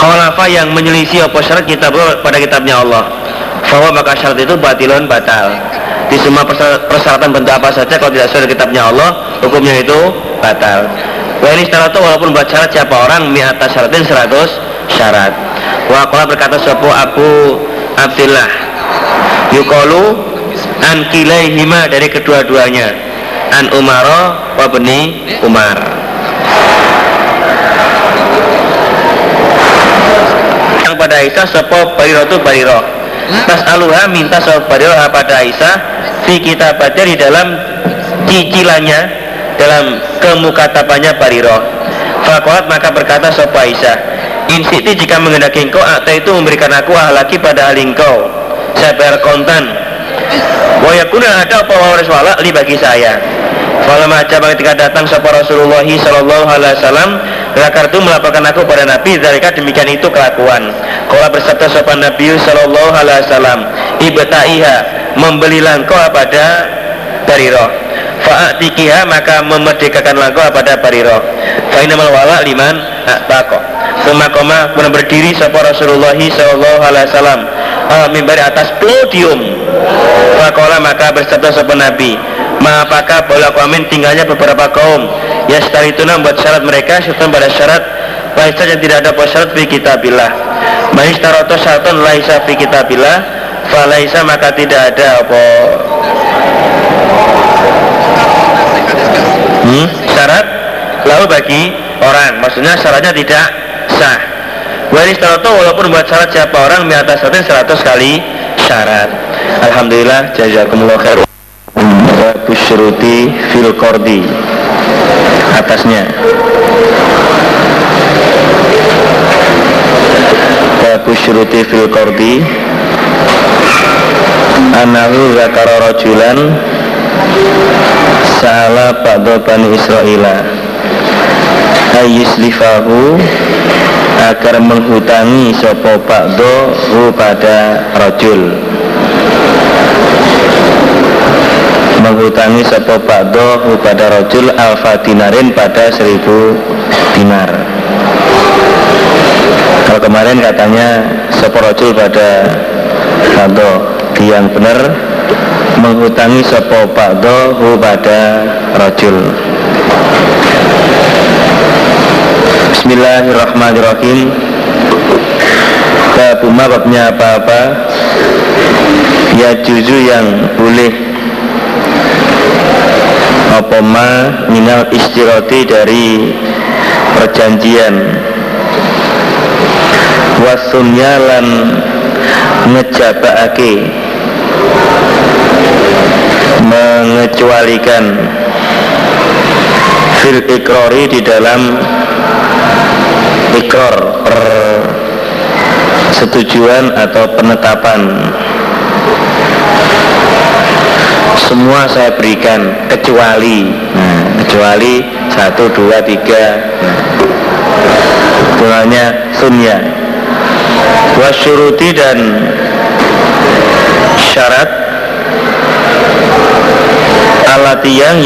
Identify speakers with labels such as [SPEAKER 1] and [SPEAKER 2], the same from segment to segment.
[SPEAKER 1] khalafa yang menyelisih apa syarat kitab pada kitabnya Allah, bahwa maka syarat itu batilun batal. Di semua persyaratan bentuk apa saja kalau tidak sesuai kitabnya Allah, hukumnya itu batal. Wa ini syarat walaupun buat syarat siapa orang mi'ata syaratin 100 syarat. Wa qala berkata sapa Abu Abdillah yuqalu an kilaihima dari kedua-duanya, an Umara wa bani Umar. Yang pada Aisyah sapa Barirah tu Barirah. Tas'aluha minta sapa Barirah pada Aisyah fi kitabatnya di dalam cicilannya, dalam kemukatabannya Barirah. Faqalat maka berkata sapa Aisyah, insiti jika menghendaki engkau atau itu memberikan aku lagi pada ahli engkau, saya bayar kontan. Wa yakuna ada apa waris wala li bagi saya. Falamma ajaba ketika datang sapa Rasulullah sallallahu alaihi wasallam, rakartu melaporkan aku pada Nabi, zalika demikian itu kelakuan. Qala bersabda sapa Nabi sallallahu alaihi wasallam, ibta'iha membelilah engkau pada Barirah. Fa'atikiha maka memerdekakanlah engkau pada Barirah. Fa innamal wala liman ataqa. Koma kemudian berdiri sapa Rasulullah sallallahu alaihi wasallam mimbar atas podium. Faqala maka bersabda sapa Nabi, apakah boleh amin tinggalnya beberapa kaum yastarituna membuat syarat mereka serta pada syarat laisa yang tidak ada syarat fi kitabillah. Maistaratu syaratan laisa fi kitabillah fa laisa maka tidak ada apa syarat lalu bagi orang, maksudnya syaratnya tidak sah. Waristaratu walaupun buat syarat siapa orang di atas 100 kali syarat. Alhamdulillah, jazakumullah khair. Busyruti fil qardi atasnya. Busyruti fil qardi anahu zakara rajulan sa'ala ba'da bani Israila ayislifahu agar menghutangi sopo ba'dahu pada rajul, menghutangi sopo ba'dahu pada rajul alfa dinarin pada 1000 dinar. Kalau kemarin katanya sopo rajul pada ba'dahu, yang benar menghutangi sopo ba'dahu pada rajul. Bismillahirrahmanirrahim. Babuma babnya apa-apa ya juzu yang boleh apa ma minal istirati dari perjanjian, wasunya lan ngejabaake mengecualikan fil ikrori di dalam ikrar persetujuan atau penetapan. Semua saya berikan kecuali kecuali 1, 2, 3 tulanya sunya wasyuruti dan syarat alati yang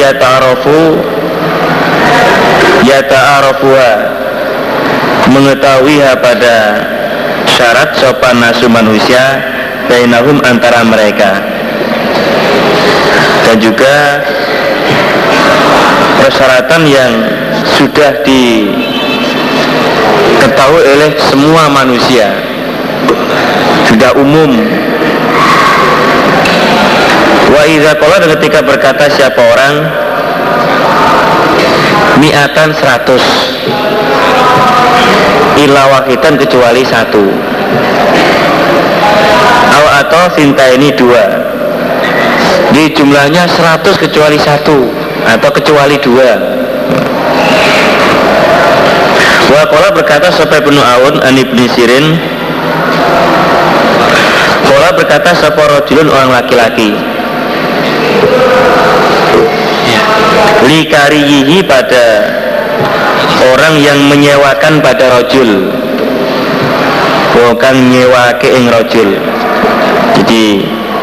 [SPEAKER 1] yata'arafuha mengetahui pada syarat sopan nasu manusia bainahum antara mereka, dan juga persyaratan yang sudah diketahui oleh semua manusia, sudah umum. Wa idza qala, dan ketika berkata siapa orang mi'atan 100 illa wahidan kecuali 1 atau sinta ini 2, di jumlahnya 100 kecuali 1 atau kecuali 2. Wa qala berkata sapa Ibnu Aun an Ibnu Sirin, qala berkata sapa rajulun orang laki-laki likariyihi pada orang yang menyewakan pada rajul, bukan nyewake ing rajul. Jadi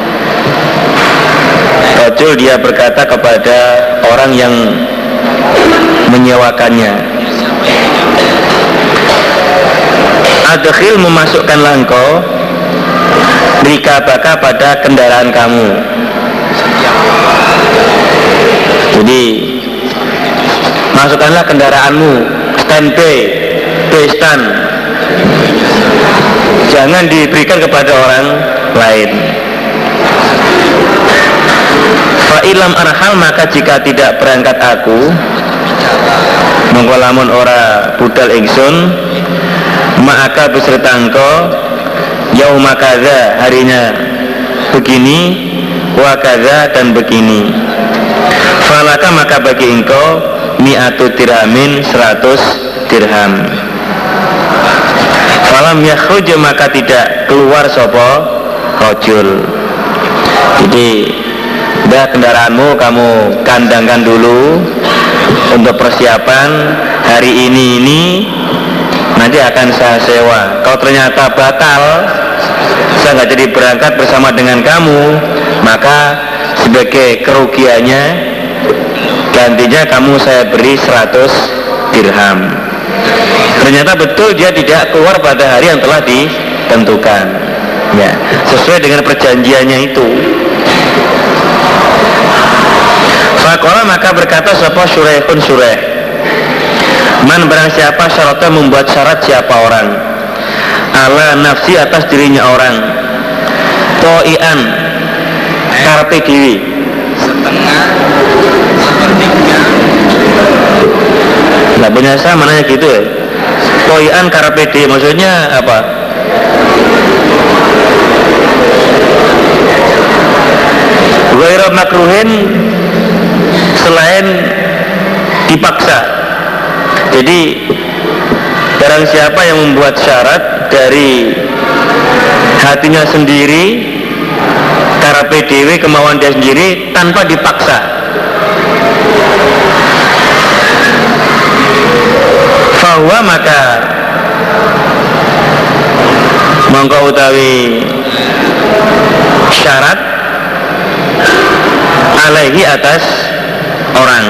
[SPEAKER 1] rajul dia berkata kepada orang yang menyewakannya, adkhil memasukkanlah engkau rikabaka pada kendaraan kamu. Jadi masukkanlah kendaraanmu, standby, stand, jangan diberikan kepada orang lain. Fa ilam arhal, maka jika tidak berangkat aku, mongko lamun ora budal ingsun, maka beserta engkau, yauma kadza, harinya begini, wa kadza, dan begini. Falaka, maka bagi engkau mi'atu dirhamin, 100 dirham. Falam yakhruj, maka tidak keluar sapa rajul. Jadi kendaraanmu kamu kandangkan dulu untuk persiapan hari ini nanti akan saya sewa. Kalau ternyata batal, saya nggak jadi berangkat bersama dengan kamu, maka sebagai kerugiannya gantinya kamu saya beri 100 dirham. Ternyata betul dia tidak keluar pada hari yang telah ditentukan, ya, sesuai dengan perjanjiannya itu. Faqala, maka berkata sapa Syuraihun Syuraih, man barang siapa syaratnya membuat syarat siapa orang, ala nafsi, atas dirinya orang, to'ian karepe dhewe, setengah sepertiga. Nah punya saya mananya gitu ya, to'ian karepe dhewe, maksudnya apa? Ghairu makruhin, selain dipaksa. Jadi barang siapa yang membuat syarat dari hatinya sendiri, karepe dhewe, kemauan dia sendiri, tanpa dipaksa, fahuwa, maka mongko utawi syarat alaihi, atas orang.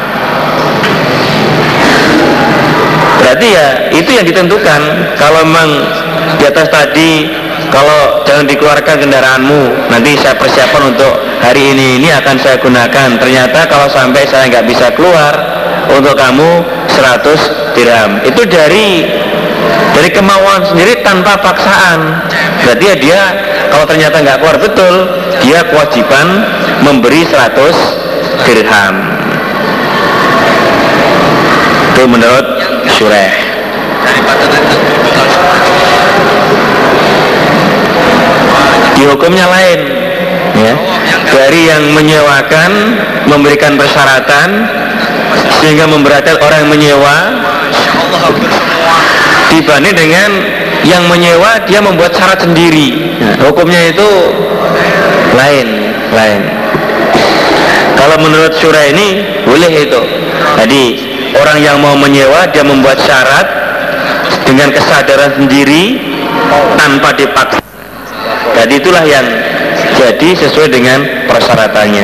[SPEAKER 1] Berarti ya itu yang ditentukan. Kalau memang di atas tadi, kalau jangan dikeluarkan kendaraanmu, nanti saya persiapan untuk hari ini akan saya gunakan. Ternyata kalau sampai saya nggak bisa keluar, untuk kamu 100 dirham. Itu dari kemauan sendiri tanpa paksaan. Berarti ya dia kalau ternyata nggak keluar betul, dia kewajiban memberi 100 dirham. Itu menurut Syuraih. Di hukumnya lain, ya, dari yang menyewakan memberikan persyaratan sehingga memberatkan orang yang menyewa, dibanding dengan yang menyewa dia membuat syarat sendiri. Hukumnya itu lain. Kalau menurut Syuraih ini boleh itu. Jadi orang yang mau menyewa dia membuat syarat dengan kesadaran sendiri tanpa dipaksa. Jadi itulah yang jadi sesuai dengan persyaratannya.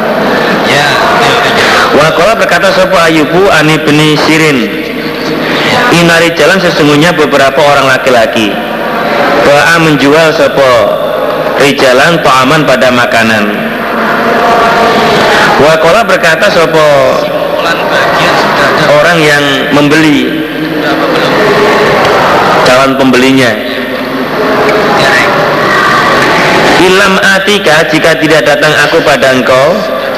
[SPEAKER 1] Wa qala, berkata sapa Ayyubu an Ibni Sirin, inari jalan, sesungguhnya beberapa orang laki-laki, ba'a menjual sapa rijalan ta'aman, pada makanan. Wa qala, berkata sapa orang yang membeli, calon pembelinya, ilam atika, jika tidak datang aku pada engkau,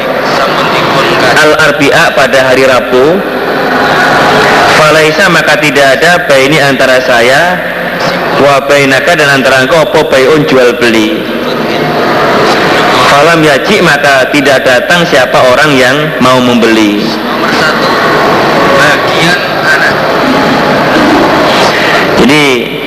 [SPEAKER 1] al-arbi'a, pada hari Rabu, falaisa, maka tidak ada baini, antara saya, wa bainaka, dan antara engkau, apa bai'un, jual beli. Falam yaji, maka tidak datang siapa orang yang mau membeli. Nomor 1, bagian anak. Jadi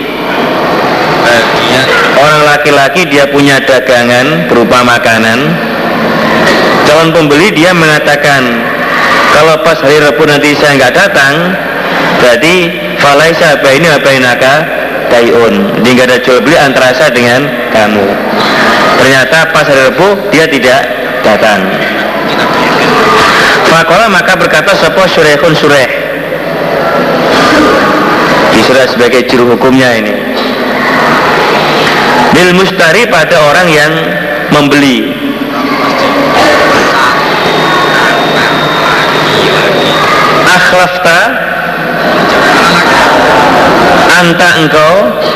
[SPEAKER 1] orang laki-laki dia punya dagangan berupa makanan. Calon pembeli dia mengatakan, kalau pas hari Rabu nanti saya nggak datang, berarti falaisa baini wa bainaka bai'un, jadi nggak ada jual beli antara saya dengan kamu. Ternyata pas hari Rabu dia tidak datang. Faqala, maka berkata sapa Syuraihun Syuraih, di Syuraih sebagai juru hukumnya ini, Bil mustari pada orang yang membeli. Akhlafta anta engkau,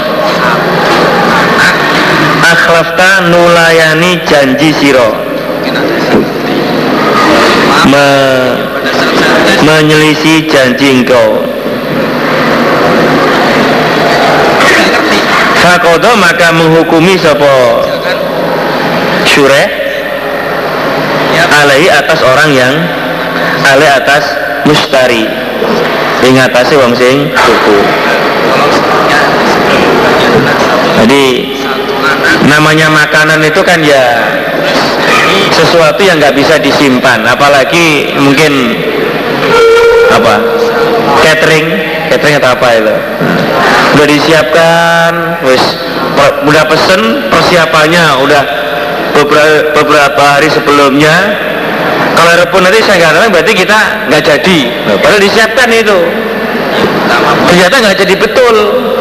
[SPEAKER 1] akhlafta nulayani janji siro, menyelisih janji engkau. Fakodo maka menghukumi sapa syureh alaihi atas orang yang alaihi atas mustari ing atase wong sing tuku. Jadi namanya makanan itu kan ya sesuatu yang nggak bisa disimpan, apalagi mungkin apa catering atau apa itu udah disiapkan, wis udah pesen persiapannya udah beberapa hari sebelumnya. Kalau repot nanti saya nggak datang berarti kita nggak jadi. Padahal disiapkan itu, ternyata nggak jadi betul.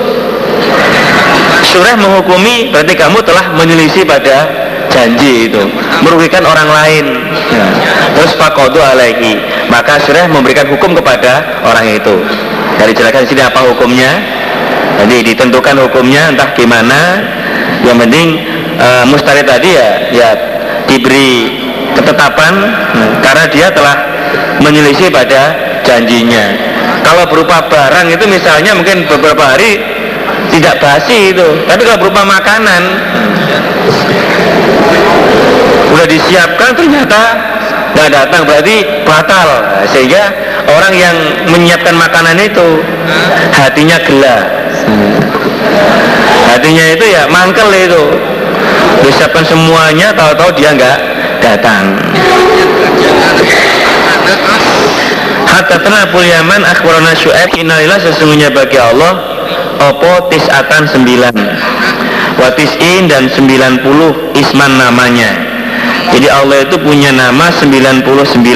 [SPEAKER 1] Surah menghukumi berarti kamu telah menyelisih pada janji itu, merugikan orang lain. Ya. Terus faqadu alaihi, maka surah memberikan hukum kepada orang itu. Dari jelaskan di sini apa hukumnya. Jadi ditentukan hukumnya entah gimana. Yang penting mustari tadi ya diberi ketetapan karena dia telah menyelisih pada janjinya. Kalau berupa barang itu misalnya mungkin beberapa hari tidak basi itu, tapi kalau berupa makanan udah disiapkan ternyata nggak datang berarti batal. Sehingga orang yang menyiapkan makanan itu hatinya gela, hatinya itu ya mangkel itu, disiapkan semuanya, tahu-tahu dia nggak datang. Hatta tanapul Yaman akhbarana Syu'aib innalillah sesungguhnya bagi Allah opo tis'atan 9 wa tis'in dan 90 isman namanya. Jadi Allah itu punya nama 99.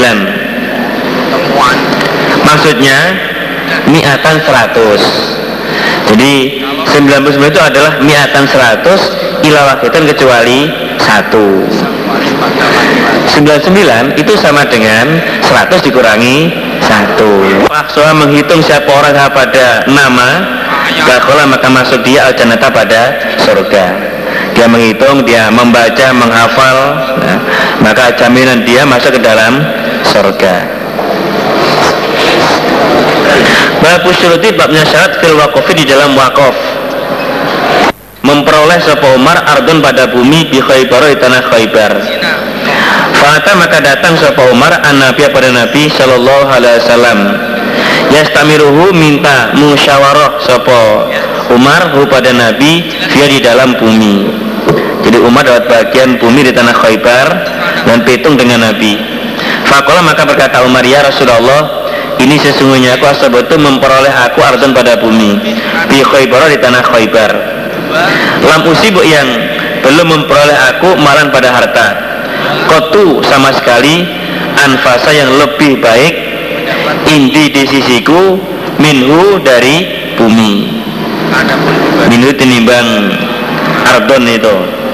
[SPEAKER 1] Maksudnya mi'atan 100. Jadi 99 itu adalah mi'atan 100 ila wahidan kecuali 1. 99 itu sama dengan 100 dikurangi 1. Maksudnya menghitung siapa orang pada nama, dakhala maka masuk dia al-jannata pada surga. Dia menghitung, dia membaca, menghafal, nah, maka jaminan dia masuk ke dalam surga. Bab syuruti babnya syarat fil waqfi di dalam waqaf. Memperoleh sapa Umar ardun pada bumi di Khaybar di tanah Khaybar. Fata maka datang sapa Umar an-nabi pada Nabi sallallahu alaihi wasallam. Yastamiruhu minta musyawarah sapa Umar pada Nabi dia di dalam bumi. Jadi Umar dapat bagian bumi di tanah Khaybar dan pitung dengan Nabi. Faqala maka berkata Umar, ya Rasulullah, ini sesungguhnya aku asabatu memperoleh aku ardun pada bumi di Khaybar di tanah Khaybar. Lam usibuk yang belum memperoleh aku malan pada harta. Kotu sama sekali anfasa yang lebih baik indi di sisiku minhu dari bumi. Minhu tinimbang ardon itu.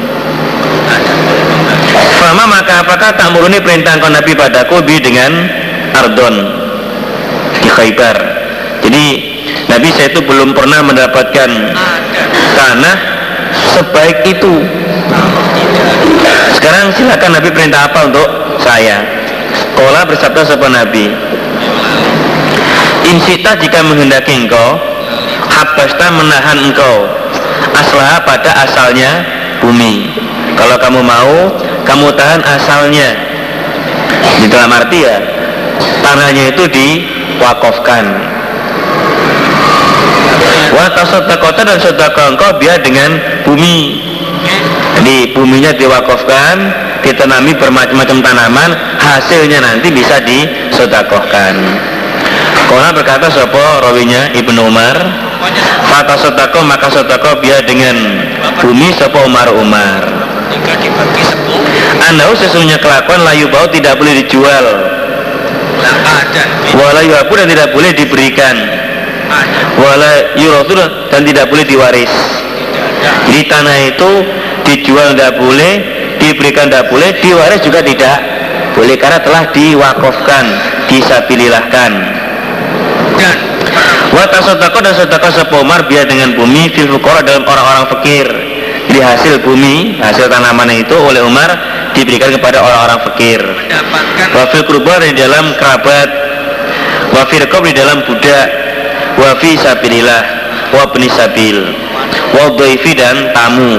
[SPEAKER 1] Fama maka apakah tak muruni perintah kau Nabi padaku bi dengan ardon di Khaybar. Jadi Nabi saya itu belum pernah mendapatkan tanah sebaik itu. Sekarang silakan Nabi perintah apa untuk saya. Qala bersabda sapa Nabi, insita jika menghendaki engkau, habasta menahan engkau aslah pada asalnya bumi. Kalau kamu mau, kamu tahan asalnya. Di dalam arti ya tanahnya itu diwakafkan. Wa tasaddaqata dan sedekah engkau biar dengan bumi. Jadi buminya diwakafkan, ditanami bermacam-macam tanaman, hasilnya nanti bisa disedekahkan. Qala berkata sapa rawinya Ibnu Umar, fata sedekah maka sedekah biar dengan bumi sapa Umar. Anda sesungguhnya kelakuan layu bau tidak boleh dijual, wala yuhabu dan tidak boleh diberikan, wala yurathur dan tidak boleh diwaris. Jadi Di tanah itu dijual tidak boleh, diberikan tidak boleh, diwaris juga tidak boleh karena telah diwakafkan, disabilillahkan. Wa tasaddaqah dan sedekah sapa Umar biya dengan bumi fil fuqara dalam orang-orang fakir. Jadi hasil bumi, hasil tanaman itu oleh Umar diberikan kepada orang-orang fakir. Wa fil qurba di dalam kerabat, wa fil riqab di dalam budak, wa fi sabilillah, wa ibni sabil, wa dhaifi dan tamu.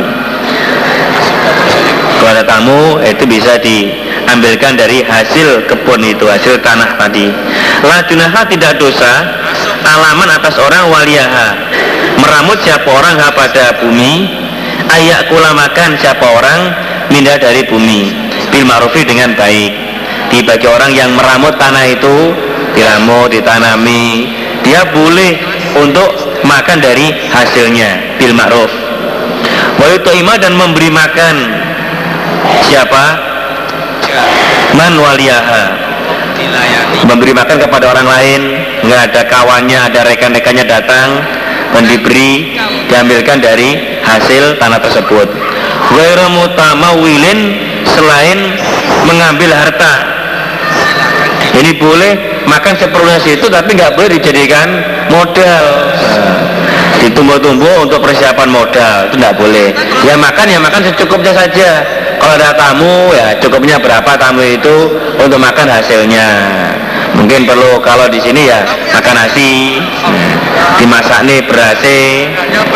[SPEAKER 1] Kalau ada tamu itu bisa diambilkan dari hasil kebun itu, hasil tanah tadi. La junaha tidak dosa alaman atas orang waliyaha meramut siapa orang pada bumi, ayak kula makan siapa orang minda dari bumi bil ma'rufi dengan baik. Bagi orang yang meramut tanah itu, diramut, ditanami, dia boleh untuk makan dari hasilnya bil ma'ruf. Wa yu'ima dan memberi makan siapa? Man waliyaha, memberi makan kepada orang lain, nggak ada kawannya, ada rekan-rekannya datang dan diberi, diambilkan dari hasil tanah tersebut. Ghairu mutamawilin, selain mengambil harta. Ini boleh makan seperlunya situ, tapi nggak boleh dijadikan modal. Ditumbuk-tumbuk untuk persiapan modal, itu nggak boleh. Ya makan secukupnya saja. Kalau ada tamu ya cukupnya berapa tamu itu untuk makan hasilnya. Mungkin perlu kalau di sini ya makan nasi, dimasak nih berase.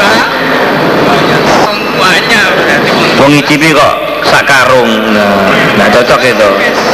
[SPEAKER 1] Wong ngicipi kok sakarung, nah cocok itu.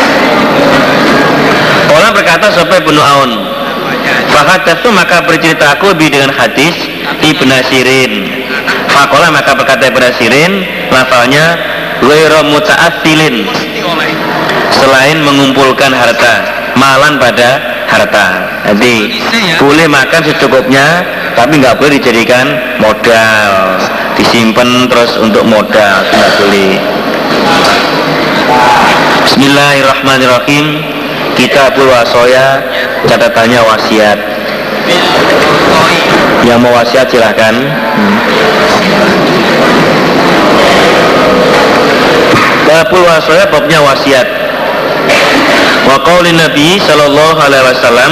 [SPEAKER 1] Orang berkata sampai Ibnu Aun, fahadatsu maka bercerita aku lebih dengan hadis Ibnu Sirin. Fakola maka berkata Ibnu Sirin, lafalnya ghairu muta'assilin, selain mengumpulkan harta, malan pada harta. Jadi boleh makan secukupnya, tapi nggak boleh dijadikan modal, disimpan terus untuk modal, tidak boleh. Bismillahirrahmanirrahim. Kitabul Wasaya, catatannya wasiat. Yang mau wasiat silahkan. Babul Wasaya, babnya wasiat. Wa qaulin Nabi sallallahu alaihi wasallam,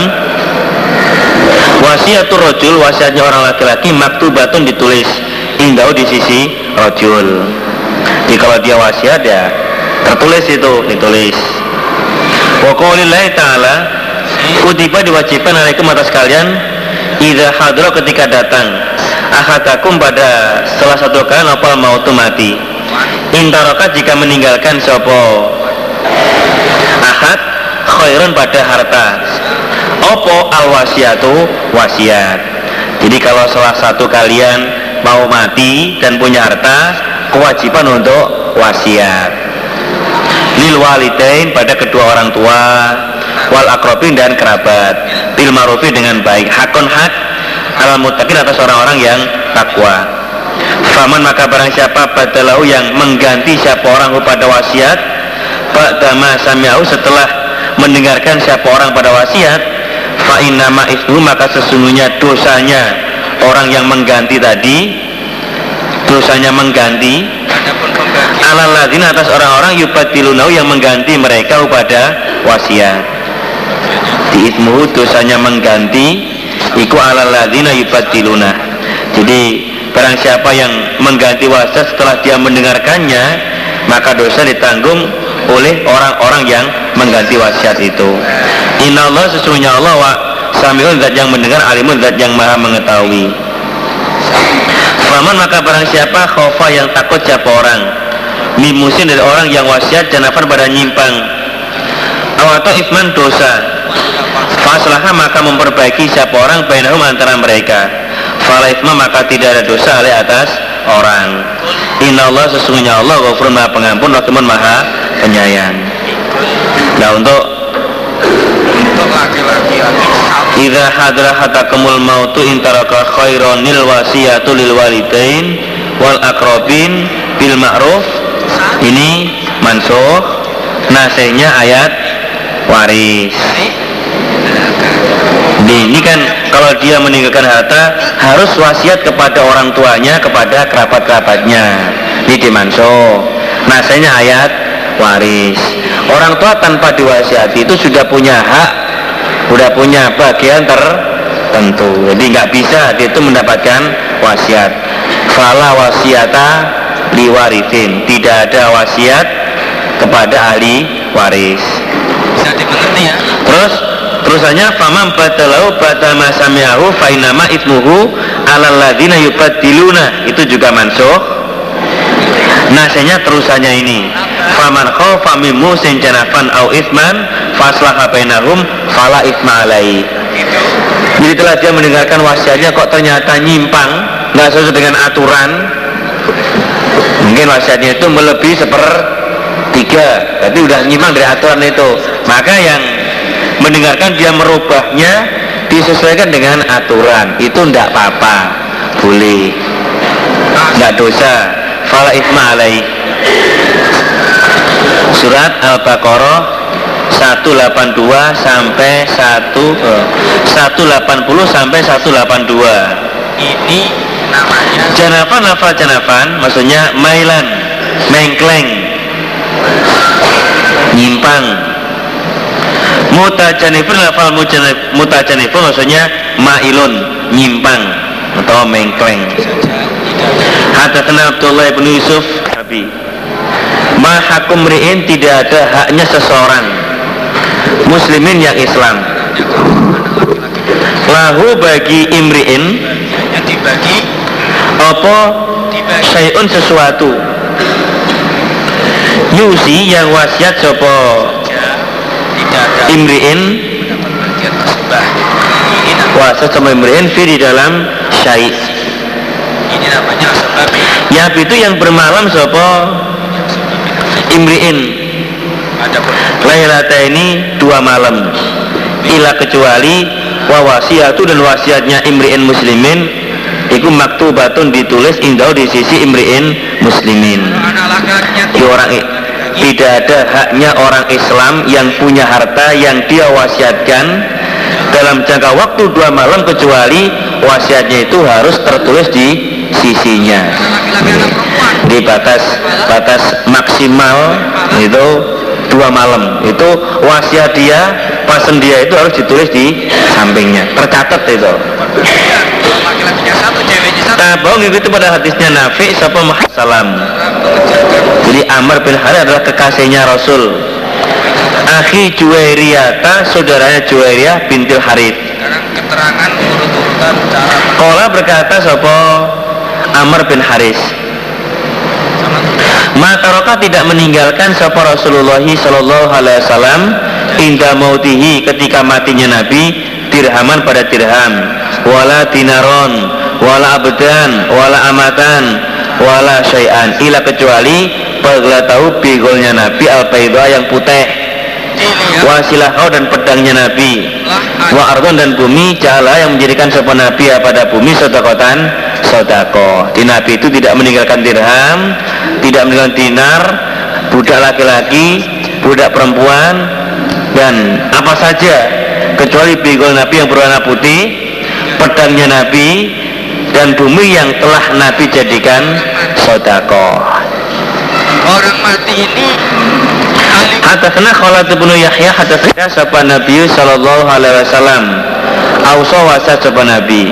[SPEAKER 1] wasiatur rajul, wasiatnya orang laki-laki, maktubatun ditulis, indau di sisi rajul. Jadi kalau dia wasiat ya tertulis itu, ditulis. Wa qaulillahi ta'ala, kutiba diwajibkan alaikum atas kalian, idza hadra ketika datang, ahadakum pada salah satu kalian apa mautu mati, intaraka jika meninggalkan sopo ahad khairun pada harta, opo al wasiatu wasiat. Jadi kalau salah satu kalian mau mati dan punya harta, kewajiban untuk wasiat. Lil walidain pada kedua orang tua, wal akrobin dan kerabat, bil ma'rufi dengan baik, hakun hak alal muttaqin atas orang-orang yang takwa. Faman maka barang siapa badalahu yang mengganti siapa orang pada wasiat, ba'dama sami'ahu setelah mendengarkan siapa orang pada wasiat, fa innama ismu maka sesungguhnya dosanya orang yang mengganti tadi, dosanya mengganti alal ladzina atas orang-orang yubadilunau yang mengganti mereka pada wasiat. Di ismu dosanya mengganti iku alal ladzina yubadiluna. Jadi barang siapa yang mengganti wasiat setelah dia mendengarkannya, maka dosa ditanggung oleh orang-orang yang mengganti wasiat itu. Innallaha sesungguhnya Allah wa sami'un zat yang mendengar, alimun zat yang maha mengetahui. Faman maka barang siapa khofa yang takut siapa orang, mimusin dari orang yang wasiat janafan pada nyimpang, awato isman dosa, faslaha maka memperbaiki siapa orang bainahum antara mereka, fala isma maka tidak ada dosa oleh atas orang. Innallaha sesungguhnya Allah ghafurun maha pengampun, rahimun maha penyayang. Nah untuk laki-laki idza hadra hatakumul mautu intaraka khaironil wasiyatu lil walidain wal akrobin bil ma'ruf, ini mansukh, nasihnya ayat waris. Ini kan kalau dia meninggalkan harta harus wasiat kepada orang tuanya, kepada kerabat-kerabatnya. Ini dimanso. Nasanya ayat waris. Orang tua tanpa diwasiati itu sudah punya hak, sudah punya bagian tertentu. Jadi nggak bisa dia itu mendapatkan wasiat. Fala wasiata liwarithin. Tidak ada wasiat kepada ahli waris.
[SPEAKER 2] Bisa dimengerti ya.
[SPEAKER 1] Terusannya faman batalau batama sami'ahu fa innama itsmuhu 'alal ladzina yubaddiluna. Itu juga mansukh. Nasanya terusannya ini. Faman khaufa min musin janafan au itsman faslaha bainahum fala itsma alaihi. Jadi telah dia mendengarkan wasiatnya kok ternyata nyimpang, nggak sesuai dengan aturan. Mungkin wasiatnya itu melebihi 1/3, tapi udah nyimpang dari aturan itu. Maka yang mendengarkan dia merubahnya disesuaikan dengan aturan, itu tidak apa-apa, boleh, nggak dosa. Fala itsma alaihi. Surat Al-Baqarah 182 sampai 180 sampai 182.
[SPEAKER 2] Ini namanya
[SPEAKER 1] Janafan, lafal janafan maksudnya mailan, mengkleng, nyimpang. Mutajanifun, lafal mutajanifun maksudnya mailun, nyimpang atau mengkleng. Hadatsana Abdullah bin Yusuf Abi. Ma hakum ri'in, tidak ada haknya seseorang muslimin yang Islam. Lahu bagi imri'in,
[SPEAKER 2] yang dibagi
[SPEAKER 1] apa syai'un sesuatu. Yusi yang wasiat sapa
[SPEAKER 2] tidak ada
[SPEAKER 1] imri'in,
[SPEAKER 2] bagian tersebut.
[SPEAKER 1] wasiat sama imri'in fi di dalam syai'.
[SPEAKER 2] Ini namanya sebab.
[SPEAKER 1] Ya itu yang bermalam sapa imri'in. Lailata ini 2 malam. Ila kecuali wa wasiatu, dan wasiatnya imri'in muslimin iku maktubatun, ditulis indau di sisi imri'in muslimin. Di orang tidak ada haknya orang Islam yang punya harta yang dia wasiatkan dalam jangka waktu 2 malam kecuali wasiatnya itu harus tertulis di sisinya. Di batas maksimal itu 2 malam. Itu wasiat dia, pasen dia itu harus ditulis di sampingnya, tercatat itu.
[SPEAKER 2] Laki-lakinya satu, ceweknya satu.
[SPEAKER 1] Tabau itu pada hadisnya Nafi sapa Muhammad salam. Jadi Amr bin Harith adalah kekasihnya Rasul. Akhi Juwairiyata, saudaranya Juwairiyah bintil Harith.
[SPEAKER 2] Sekarang keterangan urut-urutan cara.
[SPEAKER 1] Qala berkata sapa Amr bin Haris, Maka tidak meninggalkan sapa Rasulullah sallallahu alaihi wasallam inda mautihi, ketika matinya Nabi, dirhaman pada dirham, wala dinaron, wala abdan, wala amatan, wala syai'an, ila kecuali pagla tahu bigolnya Nabi al-baidha yang putih, wasilahau dan pedangnya Nabi, wa ardon dan bumi jala yang menjadikan sapa Nabi pada bumi sodakotan sodako. Di Nabi itu tidak meninggalkan dirham, tidak meninggalkan dinar, budak laki-laki, budak perempuan, dan apa saja kecuali bigol Nabi yang berwarna putih, pedangnya Nabi, dan bumi yang telah Nabi jadikan sodako.
[SPEAKER 2] Orang mati ini
[SPEAKER 1] Hadatsana Khalid bin Yahya hadatsana sapa Nabi sallallahu alaihi wasallam ausa wasiat sapa Nabi.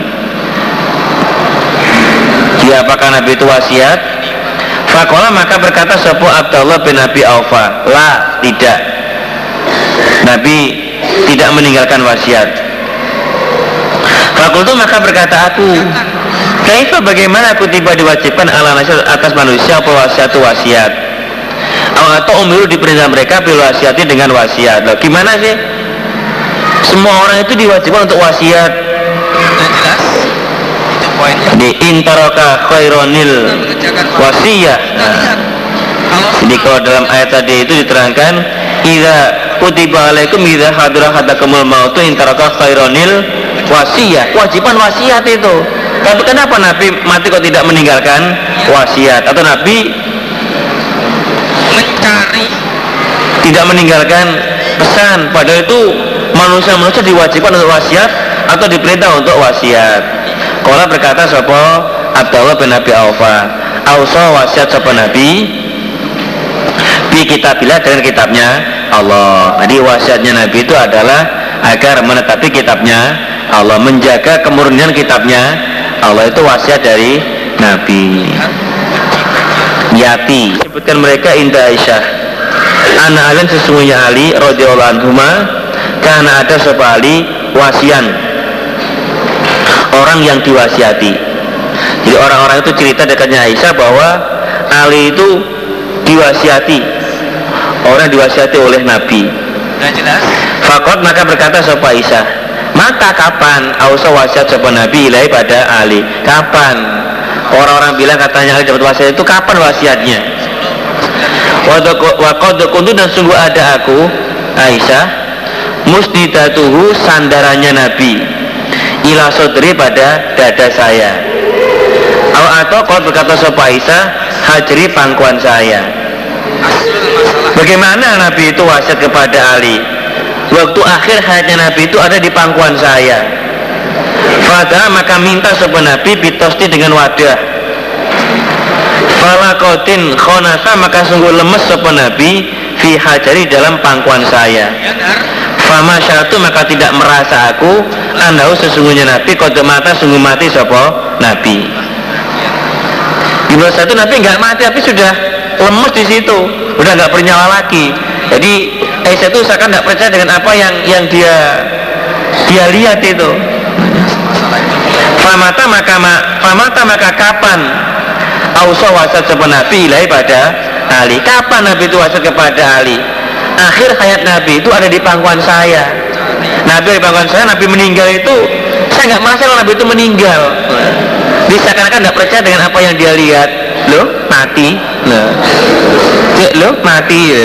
[SPEAKER 1] Dia apakah Nabi itu wasiat? Faqala, maka berkata sapa Abdullah bin Abi Aufa, la, tidak. Nabi tidak meninggalkan wasiat. Faqultu, maka berkata aku, kaifa, bagaimana aku tiba diwajibkan ala nasyar atas manusia apa wasiat? Atau umiru diperintah mereka bil wasiati dengan wasiat. Loh, gimana sih? Semua orang itu diwajibkan untuk wasiat.
[SPEAKER 2] sudah jelas. Itu poinnya.
[SPEAKER 1] Di intaraka khaironil wasiyah. Jadi kalau dalam ayat tadi itu diterangkan, idza kutiba alaikum idza hadara hadakumul mautu intaraka khaironil wasiyah. Kewajiban wasiat itu. Tapi kenapa Nabi mati kok tidak meninggalkan wasiat? Atau Nabi
[SPEAKER 2] Mencari,
[SPEAKER 1] tidak meninggalkan pesan? Padahal itu manusia diwajibkan untuk wasiat atau diperintah untuk wasiat. Qala berkata sapa Abdullah bin Abi Aufa, ausa wasiat sapa Nabi bi kitabillah dengan kitabnya Allah. Jadi wasiatnya Nabi itu adalah agar menetapi kitabnya Allah, menjaga kemurnian kitabnya Allah, itu wasiat dari Nabi. Yati sebutkan mereka indah Aisyah, anak Alin sesungguhnya Ali radhiyallahu anhuma, karena ada sapa Ali wasian, orang yang diwasiati. Jadi orang-orang itu cerita dekatnya Aisyah bahwa Ali itu diwasiati, orang diwasiati oleh Nabi.
[SPEAKER 2] Sudah jelas?
[SPEAKER 1] Fakot maka berkata sapa Aisyah, maka kapan ausa wasiat sapa Nabi ilai pada Ali? Kapan? Orang-orang bilang katanya Ali dapat wasiat itu kapan wasiatnya? Wa qad kuntu, dan sungguh ada aku Aisyah musnidatuhu sandarannya Nabi ila sodri pada dada saya. Atau qad berkata sapa Aisyah hajri pangkuan saya. Bagaimana Nabi itu wasiat kepada Ali? Waktu akhir hayatnya Nabi itu ada di pangkuan saya. Fada maka minta sapa Nabi bitosti dengan wadah. Falakotin khonasa maka sungguh lemes sapa Nabi fi hajari dalam pangkuan saya. Fama syatu maka tidak merasa aku andau sesungguhnya Nabi kode mata sungguh mati sapa Nabi. Di masa itu Nabi nggak mati tapi sudah lemes di situ, udah nggak bernyawa lagi. Jadi Aisyah itu seakan nggak percaya dengan apa yang dia lihat itu. Famata maka kapan ausa wasiat sapa Nabi ilai pada Ali? Kapan Nabi itu wasiat kepada Ali? Akhir hayat Nabi itu ada di pangkuan saya. Nabi di pangkuan saya, Nabi meninggal itu saya nggak merasa kalau Nabi itu meninggal. Dia seakan-akan nggak percaya dengan apa yang dia lihat. Loh mati, loh mati ya.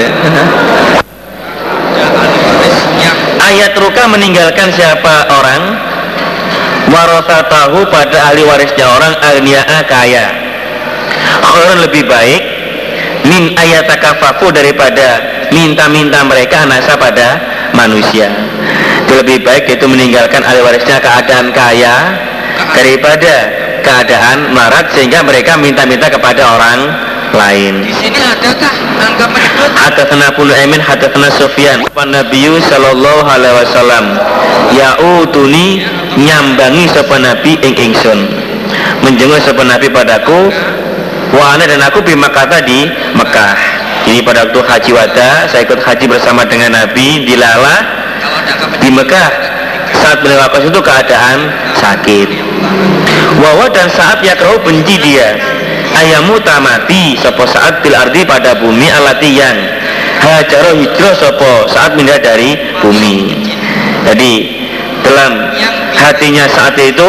[SPEAKER 1] Ayat ruka meninggalkan siapa orang warasatahu pada ahli warisnya orang agniaa kaya, khairun lebih baik min ayatakafafu daripada minta-minta mereka anasa pada manusia. Itu lebih baik itu meninggalkan ahli warisnya keadaan kaya daripada keadaan melarat sehingga mereka minta-minta kepada orang lain.
[SPEAKER 2] Di sini adakah angka menyebut?
[SPEAKER 1] Hadatsana Abu Nu'aimin hadatsana Sufyan wan Nabiyyu sallallahu alaihi wasallam yauduni nyambangi sapa Nabi ing ingsun, menjenguk sapa Nabi padaku wa ana dan aku di Makkah di Mekah. Ini pada waktu haji wada saya ikut haji bersama dengan Nabi di Lala di Mekah. Saat beliau wafat itu keadaan sakit. Wawa dan saat yakrahu benci dia ayamu tamati sopo saat bil ardi pada bumi alati yang hajaro hijrah sopo saat pindah dari bumi. Jadi dalam hatinya saat itu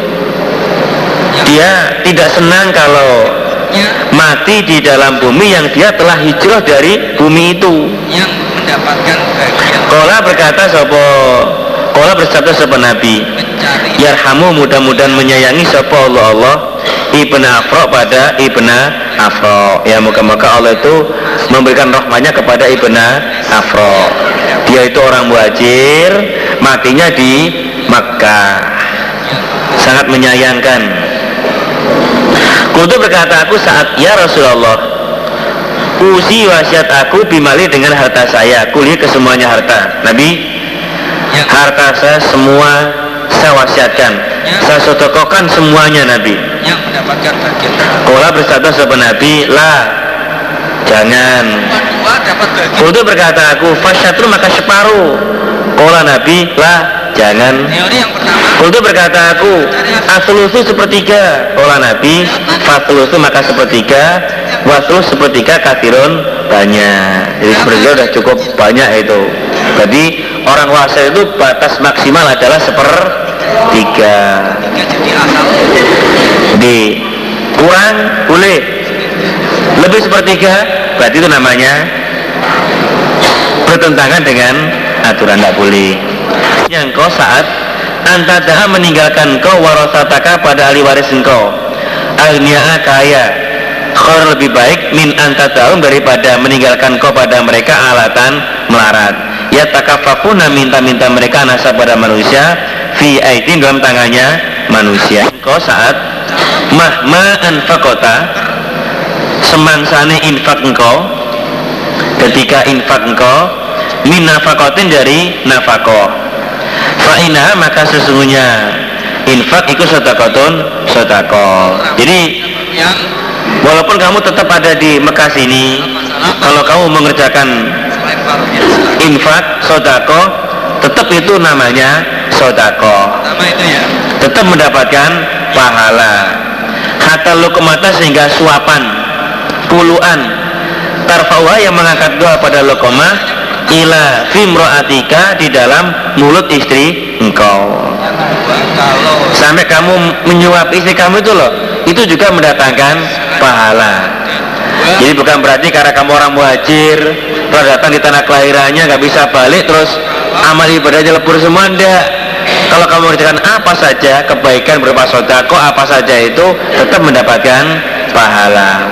[SPEAKER 1] dia tidak senang kalau mati di dalam bumi yang dia telah hijrah dari bumi itu.
[SPEAKER 2] Yang mendapatkan bagian.
[SPEAKER 1] Kola berkata sopo, kola bersabda sopo Nabi, yarhamu mudah-mudahan menyayangi sopo Allah Ibnu Afra pada Ibnu Afra. Ya moga-moga Allah itu memberikan rahmatnya kepada Ibnu Afra. Dia itu orang muhajir, matinya di Makkah. Sangat menyayangkan. Kutu berkata aku saat ya Rasulullah, usi wasiat aku bimali dengan harta saya, kuliah ke semuanya harta. Nabi, harta saya semua saya wasiatkan, saya sedekahkan semuanya Nabi.
[SPEAKER 2] Yang mendapatkan bagian.
[SPEAKER 1] Kola bersabda sahabat Nabi, lah, jangan.
[SPEAKER 2] Dua dapat bagian.
[SPEAKER 1] Kutu berkata aku, fasyatru maka separuh. Kola Nabi, lah, jangan.
[SPEAKER 2] Teori yang pertama.
[SPEAKER 1] Kutu berkata aku, aslusu sepertiga. Kola Nabi, faslusu maka sepertiga, waslus sepertiga kathirun banyak. Jadi sepertiga sudah cukup banyak itu. Jadi orang wasiat itu batas maksimal adalah sepertiga.
[SPEAKER 2] Jadi asal.
[SPEAKER 1] Jadi kurang boleh, lebih sepertiga berarti itu namanya bertentangan dengan aturan, tidak boleh. Yang kau saat antadaha meninggalkan kau warasataka pada ahli waris engkau agniaa kaya, khair lebih baik min antadahum daripada meninggalkan kau pada mereka alatan melarat. Ya takafafuna minta-minta mereka nasa pada manusia fi fi aidin dalam tangannya manusia. Engkau saat mahma anfaqota semangsane infak engkau, ketika infak engkau min nafaqatin dari nafaqah, fa inna maka sesungguhnya infak itu sedekahun sedekah. Jadi walaupun kamu tetap ada di Mekah sini, kalau kamu mengerjakan infak sedekah, tetap itu namanya sedekah, tetap mendapatkan pahala. Hatta luqmata sehingga suapan puluhan tarfauha yang mengangkat doa pada luqmah ila fimroatika di dalam mulut istri engkau. Sampai kamu menyuap istri kamu itu loh, itu juga mendatangkan pahala. Jadi bukan berarti karena kamu orang muhajir terus datang di tanah kelahirannya nggak bisa balik terus amal ibadahnya lebur semua. Enggak. Kalau kamu mengerjakan apa saja kebaikan berupa sedekah apa saja itu tetap mendapatkan pahala.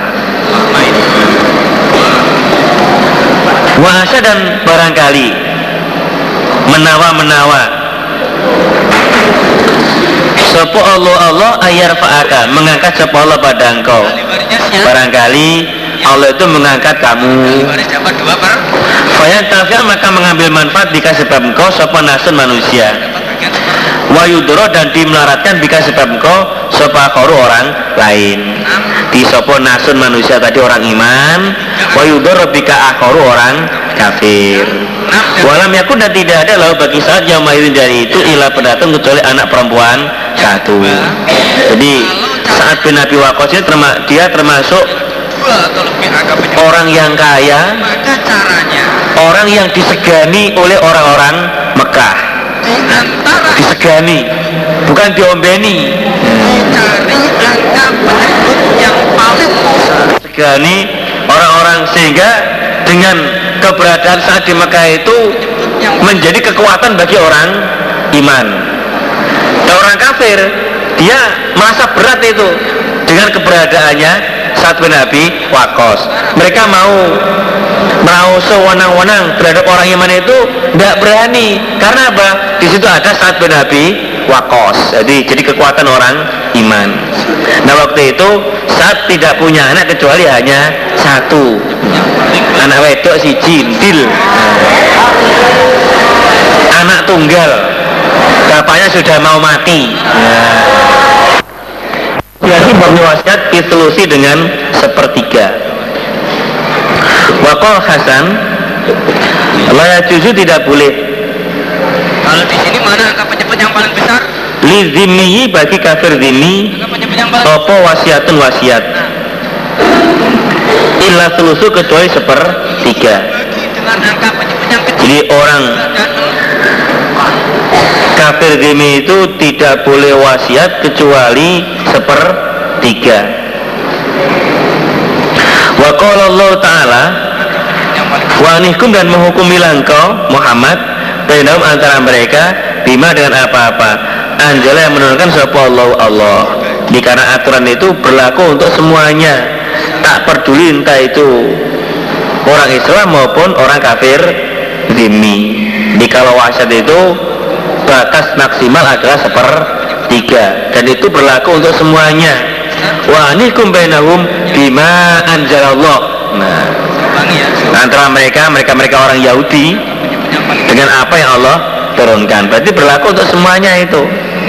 [SPEAKER 1] Wahasa dan barangkali menawa sapa Allah ayar faaka mengangkat sapa Allah pada engkau. Barangkali Allah itu mengangkat kamu. Fayat tafi'a maka mengambil manfaat bika sebab engkau sapa nasun manusia. Wayudoro dan dimelaratkan bika sebab engkau sapa akharu orang lain. Di sapa nasun manusia tadi orang iman, wayudoro bika akharu orang kafir. Walam yakun dan tidak ada lalu bagi saat yang mahirin dari itu ilah pendatang kecuali anak perempuan satu. Jadi saat bin Abi Waqqas dia termasuk orang yang kaya, orang yang disegani oleh orang-orang Mekah. Disegani, bukan diombeni. Disegani orang-orang sehingga dengan keberadaan saat di Mekah itu menjadi kekuatan bagi orang iman. Dan orang kafir dia merasa berat itu dengan keberadaannya saat bin Abi Waqqas. Mereka mau sewenang-wenang terhadap orang iman itu tidak berani. Karena apa? Di situ ada saat bin Abi Waqqas. Jadi kekuatan orang iman. Nah waktu itu saat tidak punya anak kecuali hanya satu. Anak wedok si Jindil. Anak tunggal. Bapaknya sudah mau mati. Jadi berwasiat ditelusi dengan sepertiga. Waqal Hasan la yajuzu tidak boleh.
[SPEAKER 2] Kalau di sini mana angka penyebut yang paling besar?
[SPEAKER 1] Li zimmihi bagi kafir zimmi apa wasiatun wasiat. Illa telusu kecuali sepertiga.
[SPEAKER 2] Dengan angka penyebut yang kecil.
[SPEAKER 1] Jadi orang kafir zimmi itu tidak boleh wasiat kecuali sepertiga. Wa qala Allah Ta'ala wa anihkum dan menghukumilah engkau Muhammad bainahum antara mereka bima dengan apa-apa anjala yang menurunkan sapa Allah. Karena aturan itu berlaku untuk semuanya, tak peduli entah itu orang Islam maupun orang kafir zimmi. Jadi kalau wasiat itu batas maksimal adalah sepertiga dan itu berlaku untuk semuanya. Wa anikum bainahum bima anzalallah. Nah, antara mereka orang Yahudi dengan apa yang Allah turunkan. Berarti berlaku untuk semuanya itu.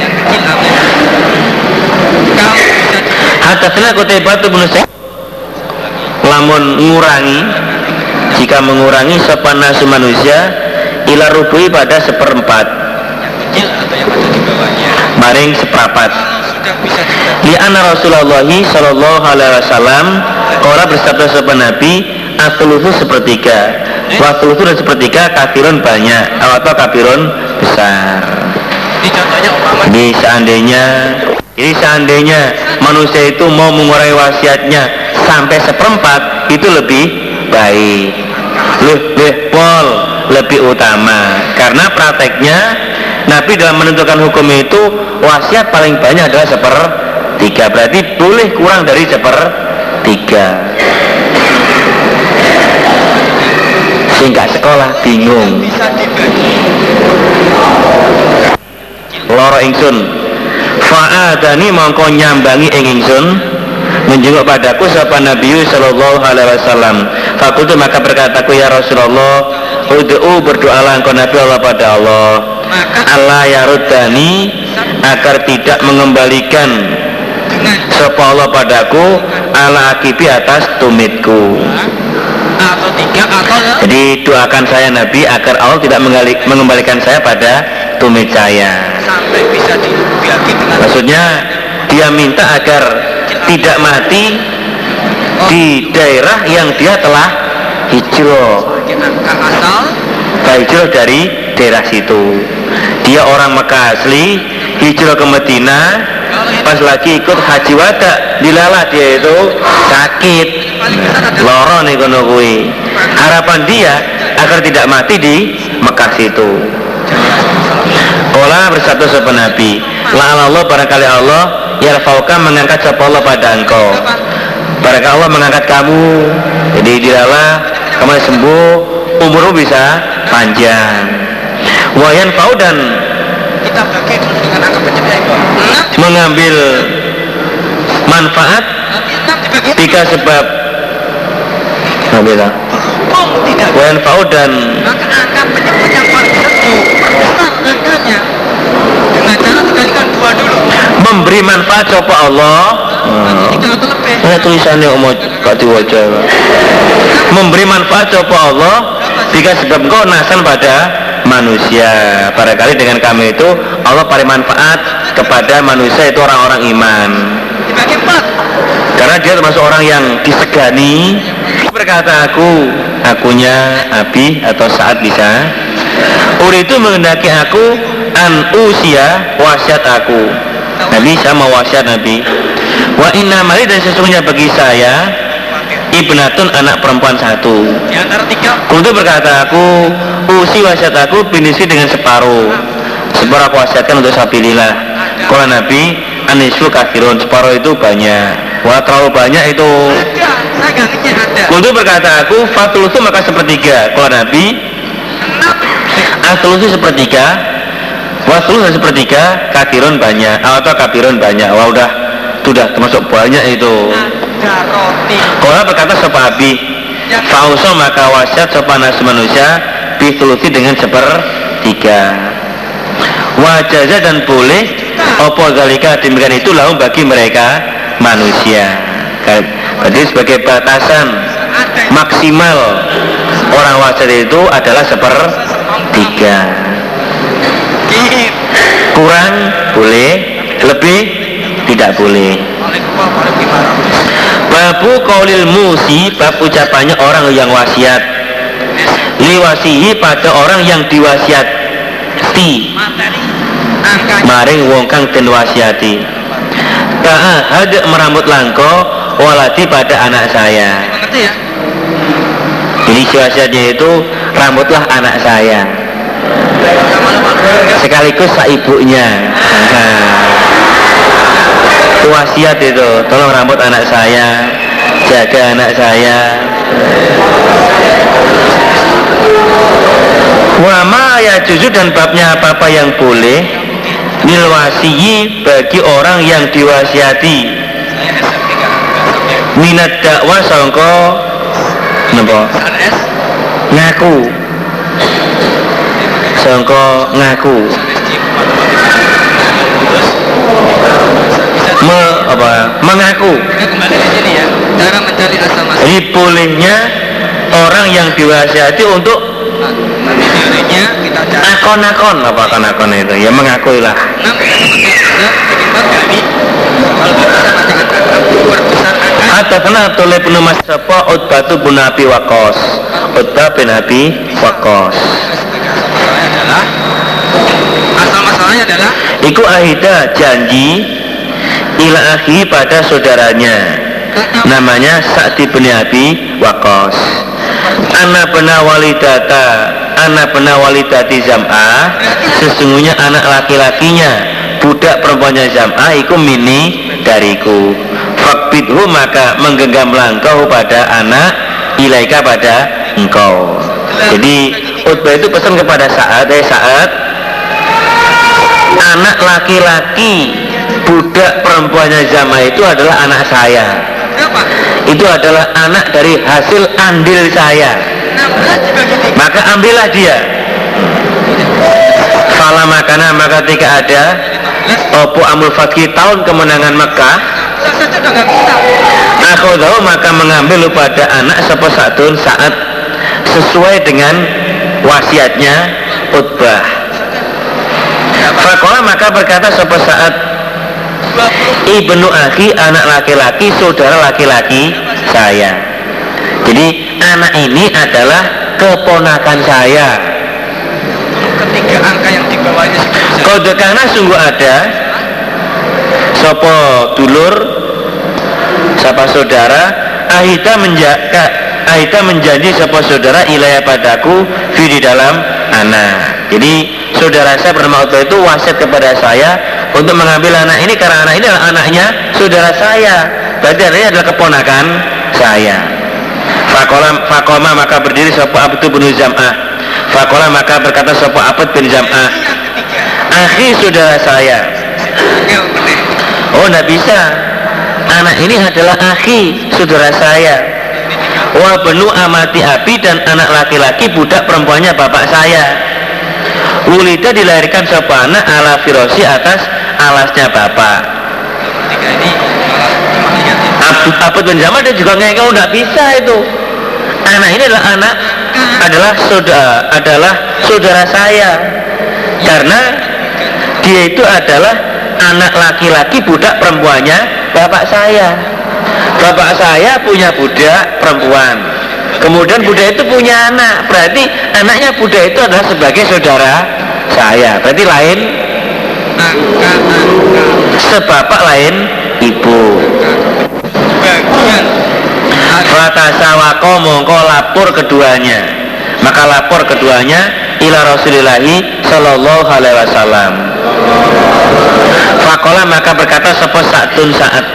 [SPEAKER 1] Hadatsana Qutaibah bin Sa'id lamun ngurangi jika mengurangi sopan nasu manusia ila rubuhi pada seperempat maring seperapat li anna Rasulullah sallallahu alaihi wasallam qala bersabda sopan Nabi asluhu sepertiga wasluhu dan sepertiga kafirun banyak atau kafirun besar. Jadi seandainya manusia itu mau mengurangi wasiatnya sampai seperempat itu lebih baik, lebih utama. Karena prakteknya Nabi dalam menentukan hukum itu wasiat paling banyak adalah sepertiga. Berarti boleh kurang dari sepertiga. Sehingga sekolah bingung. lara ingsun. Fa'adani mongko nyambangi ing ingsun menjenguk padaku sapa Nabi sallallahu alaihi wasallam. Fakultu maka berkataku ya Rasulullah, ud'u berdoalah engkau Nabi Allah pada Allah. Allah yaruddani agar tidak mengembalikan sapa Allah padaku ala akibi atas tumitku.
[SPEAKER 2] Atau tiga atau
[SPEAKER 1] jadi doakan saya Nabi agar Allah tidak mengembalikan saya pada tumit saya.
[SPEAKER 2] Sampai bisa dibiarkan dengan
[SPEAKER 1] Maksudnya dia minta agar tidak mati di daerah yang dia telah hijrah.
[SPEAKER 2] asal
[SPEAKER 1] Hijrah dari daerah situ. Dia orang Mekah asli, hijrah ke Medina. Pas lagi ikut haji wada, dilala dia itu sakit, loro nih kono kuwi. Harapan dia agar tidak mati di Mekah situ. Kala bersatu sapa Nabi, la Allah barangkali Allah yarfauka mengangkat sapa Allah pada engkau. Barangkali Allah mengangkat kamu. Jadi dilala kamu sembuh, umurmu bisa panjang. Wayan faudan
[SPEAKER 2] kita bagi terus dengan angka pencapaian itu.
[SPEAKER 1] Mengambil manfaat tiga sebab
[SPEAKER 2] tidak
[SPEAKER 1] wayan faudan
[SPEAKER 2] maka angka penyebut yang paling satu perbesar angkanya dengan cara sekalikan dua dulu
[SPEAKER 1] memberi manfaat sapa Allah.
[SPEAKER 2] tiga atau lebih
[SPEAKER 1] Ini tulisannya umum gak diwaca. Memberi manfaat sapa Allah tiga sebab engkau nasan pada manusia. Barangkali dengan kami itu Allah paling manfaat kepada manusia itu orang-orang iman.
[SPEAKER 2] dibagi empat
[SPEAKER 1] Karena dia termasuk orang yang disegani. Berkata akunya Abi atau saat bisa. Uridu menghendaki aku an usia wasiat aku. Nabi saya mau wasiat Nabi. Wa inna mali dan sesungguhnya bagi saya ibnatun anak perempuan satu.
[SPEAKER 2] di antara tiga
[SPEAKER 1] Untuk berkata aku usi wasiat aku binisi dengan separuh aku wasiatkan untuk sabilillah. Kalau Nabi anisul kafirun separuh itu banyak. Wah terlalu banyak itu.
[SPEAKER 2] saya gantinya ada
[SPEAKER 1] Untuk berkata aku fatulusu maka sepertiga. Kalau Nabi atulusu sepertiga, watulusu sepertiga, kafirun banyak atau kafirun banyak. Wah udah sudah termasuk banyak itu.
[SPEAKER 2] ada roti
[SPEAKER 1] Kalau berkata sepabi fauso maka wasiat sopanas manusia bitulusi dengan sepertiga. Wajaza dan boleh opo zalika demikian itu lahum bagi mereka manusia. Jadi sebagai batasan maksimal orang wasiat itu adalah sepertiga. Kurang boleh, lebih tidak boleh. Babu qaulil musi, bab ucapannya orang yang wasiat liwasihi pada orang yang diwasiati
[SPEAKER 2] materi angkanya
[SPEAKER 1] maring wong kang den wasiati. Ta'ahad merambut langko waladi pada anak saya.
[SPEAKER 2] mengerti ya
[SPEAKER 1] Jadi wasiatnya itu rambutlah anak saya sekaligus saibunya. Itu wasiat itu, tolong rambut anak saya, jaga anak saya. Wama ya juzu dan babnya apa-apa yang boleh nil wasiyi bagi orang yang diwasiati minat dakwah sangka napa ngaku sangka ngaku mengaku.
[SPEAKER 2] kembali di sini ya cara mencari asal masuk
[SPEAKER 1] Jadi bolehnya orang yang diwasiati untuk
[SPEAKER 2] teorinya kita cari
[SPEAKER 1] akon-akon, apa akon-akon itu ya mengakui lah.
[SPEAKER 2] 6 kita seperti empat kali kalau bisa jangan berbesar angka
[SPEAKER 1] Atau kena toleh penuh mas sapa Utbatu bin Abi Waqqas. Utbah bin Abi Waqqas.
[SPEAKER 2] adalah asal masalahnya adalah
[SPEAKER 1] Iku ahida janji ila akhi pada saudaranya namanya Sa'd bin Abi Waqqas. Anak bena walidati Zam'ah, sesungguhnya anak laki-lakinya budak perempuannya Zam'ah iku mini dariku. Fakbidhu maka menggenggam langkau pada anak ilaika pada engkau. Jadi Utbah itu pesan kepada Sa'ad, anak laki-laki budak perempuannya Zam'ah itu adalah anak saya.
[SPEAKER 2] Berapa?
[SPEAKER 1] Itu adalah anak dari hasil andil saya.
[SPEAKER 2] 16 dibagi 3.
[SPEAKER 1] Maka ambillah dia. Fala makana, maka ketika ada opo amul fathi tahun kemenangan Mekah,
[SPEAKER 2] 16 saja udah nggak bisa.
[SPEAKER 1] akhodahu, maka mengambil pada anak sapa satun saat sesuai dengan wasiatnya Utbah. Fakola, maka berkata sapa saat
[SPEAKER 2] 20.
[SPEAKER 1] ibnu akhi, anak laki-laki saudara laki-laki saya. Jadi anak ini adalah keponakan saya.
[SPEAKER 2] Ketiga angka yang di bawahnya sudah bisa.
[SPEAKER 1] Kode karena sungguh ada sopo dulur sapa saudara ahita menjanji sopo saudara ilaya padaku fi di dalam anak. Jadi saudara saya bernama Utbah itu wasiat kepada saya untuk mengambil anak ini karena anak ini adalah anaknya saudara saya. Berarti anaknya adalah keponakan saya. Fakoma, maka berdiri sopo Abdu bin Zam'ah. Fakola, maka berkata sopo Abd bin Zam'ah, akhi saudara saya. Oh, tidak bisa, anak ini adalah akhi saudara saya. Wa benu amati abi, dan anak laki-laki budak perempuannya bapak saya. Wulida, dilahirkan sopo anak ala firosi, atas alasnya bapak. Abd bin Zam'ah dia juga ngomong tidak bisa itu. Anak ini adalah saudara saya karena dia itu adalah anak laki-laki budak perempuannya bapak saya. Bapak saya punya budak perempuan, kemudian budak itu punya anak, berarti anaknya budak itu adalah sebagai saudara saya. Berarti lain sebapak lain ibu. Fatasawako, mongko lapor keduanya, maka lapor keduanya ila Rasulillahi sallallahu alaihi wasallam. Fakola, maka berkata sapa satun saat,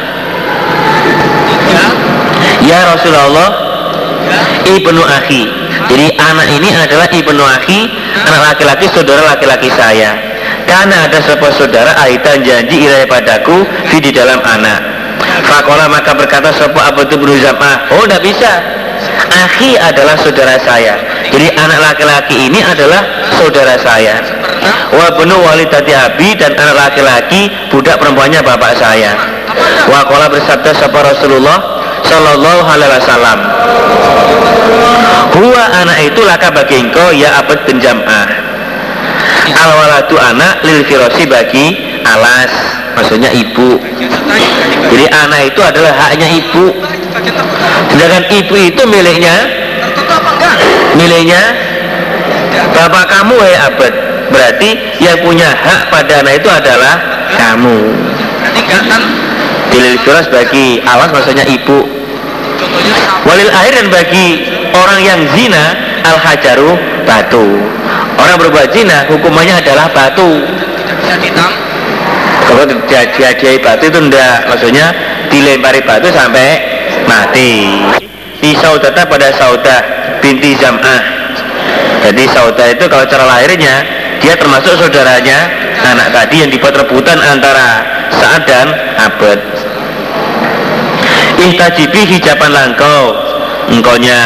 [SPEAKER 1] ya Rasulullah, ibnu akhi. Jadi anak ini adalah ibnu akhi, anak laki-laki saudara laki-laki saya. Karena ada sapa saudara aitan janji ilai padaku di dalam anak. Fakola, maka berkata sapa Abdu bin Zam'ah, oh tidak bisa, akhi adalah saudara saya. Jadi anak laki-laki ini adalah saudara saya. Wa benu walidati abi, dan anak laki-laki budak perempuannya bapak saya. Wa qala, bersabda sapa Rasulullah sallallahu alaihi wasallam, huwa, anak itu laka bagi engkau ya Abd bin Zam'ah. Al waladu, anak, lil firosi, bagi alas, maksudnya ibu. Jadi anak itu adalah haknya ibu. Sedangkan ibu itu miliknya bapak kamu, ya Abad. Berarti yang punya hak pada anak itu adalah kamu. Dilil firas, bagi alas, maksudnya ibu. Walil air, dan bagi orang yang zina, al hajaru, batu. Orang berbuat zina hukumannya adalah batu. Kalau dihadiahi batu itu enggak, maksudnya dilempari batu sampai mati. Di Saudata, pada Saudah binti Zam'ah. Jadi Saudah itu kalau cara lahirnya dia termasuk saudaranya anak tadi yang dibuat rebutan antara Sa'ad dan Abad. Ihtajibi, hijaban langkau engkaunya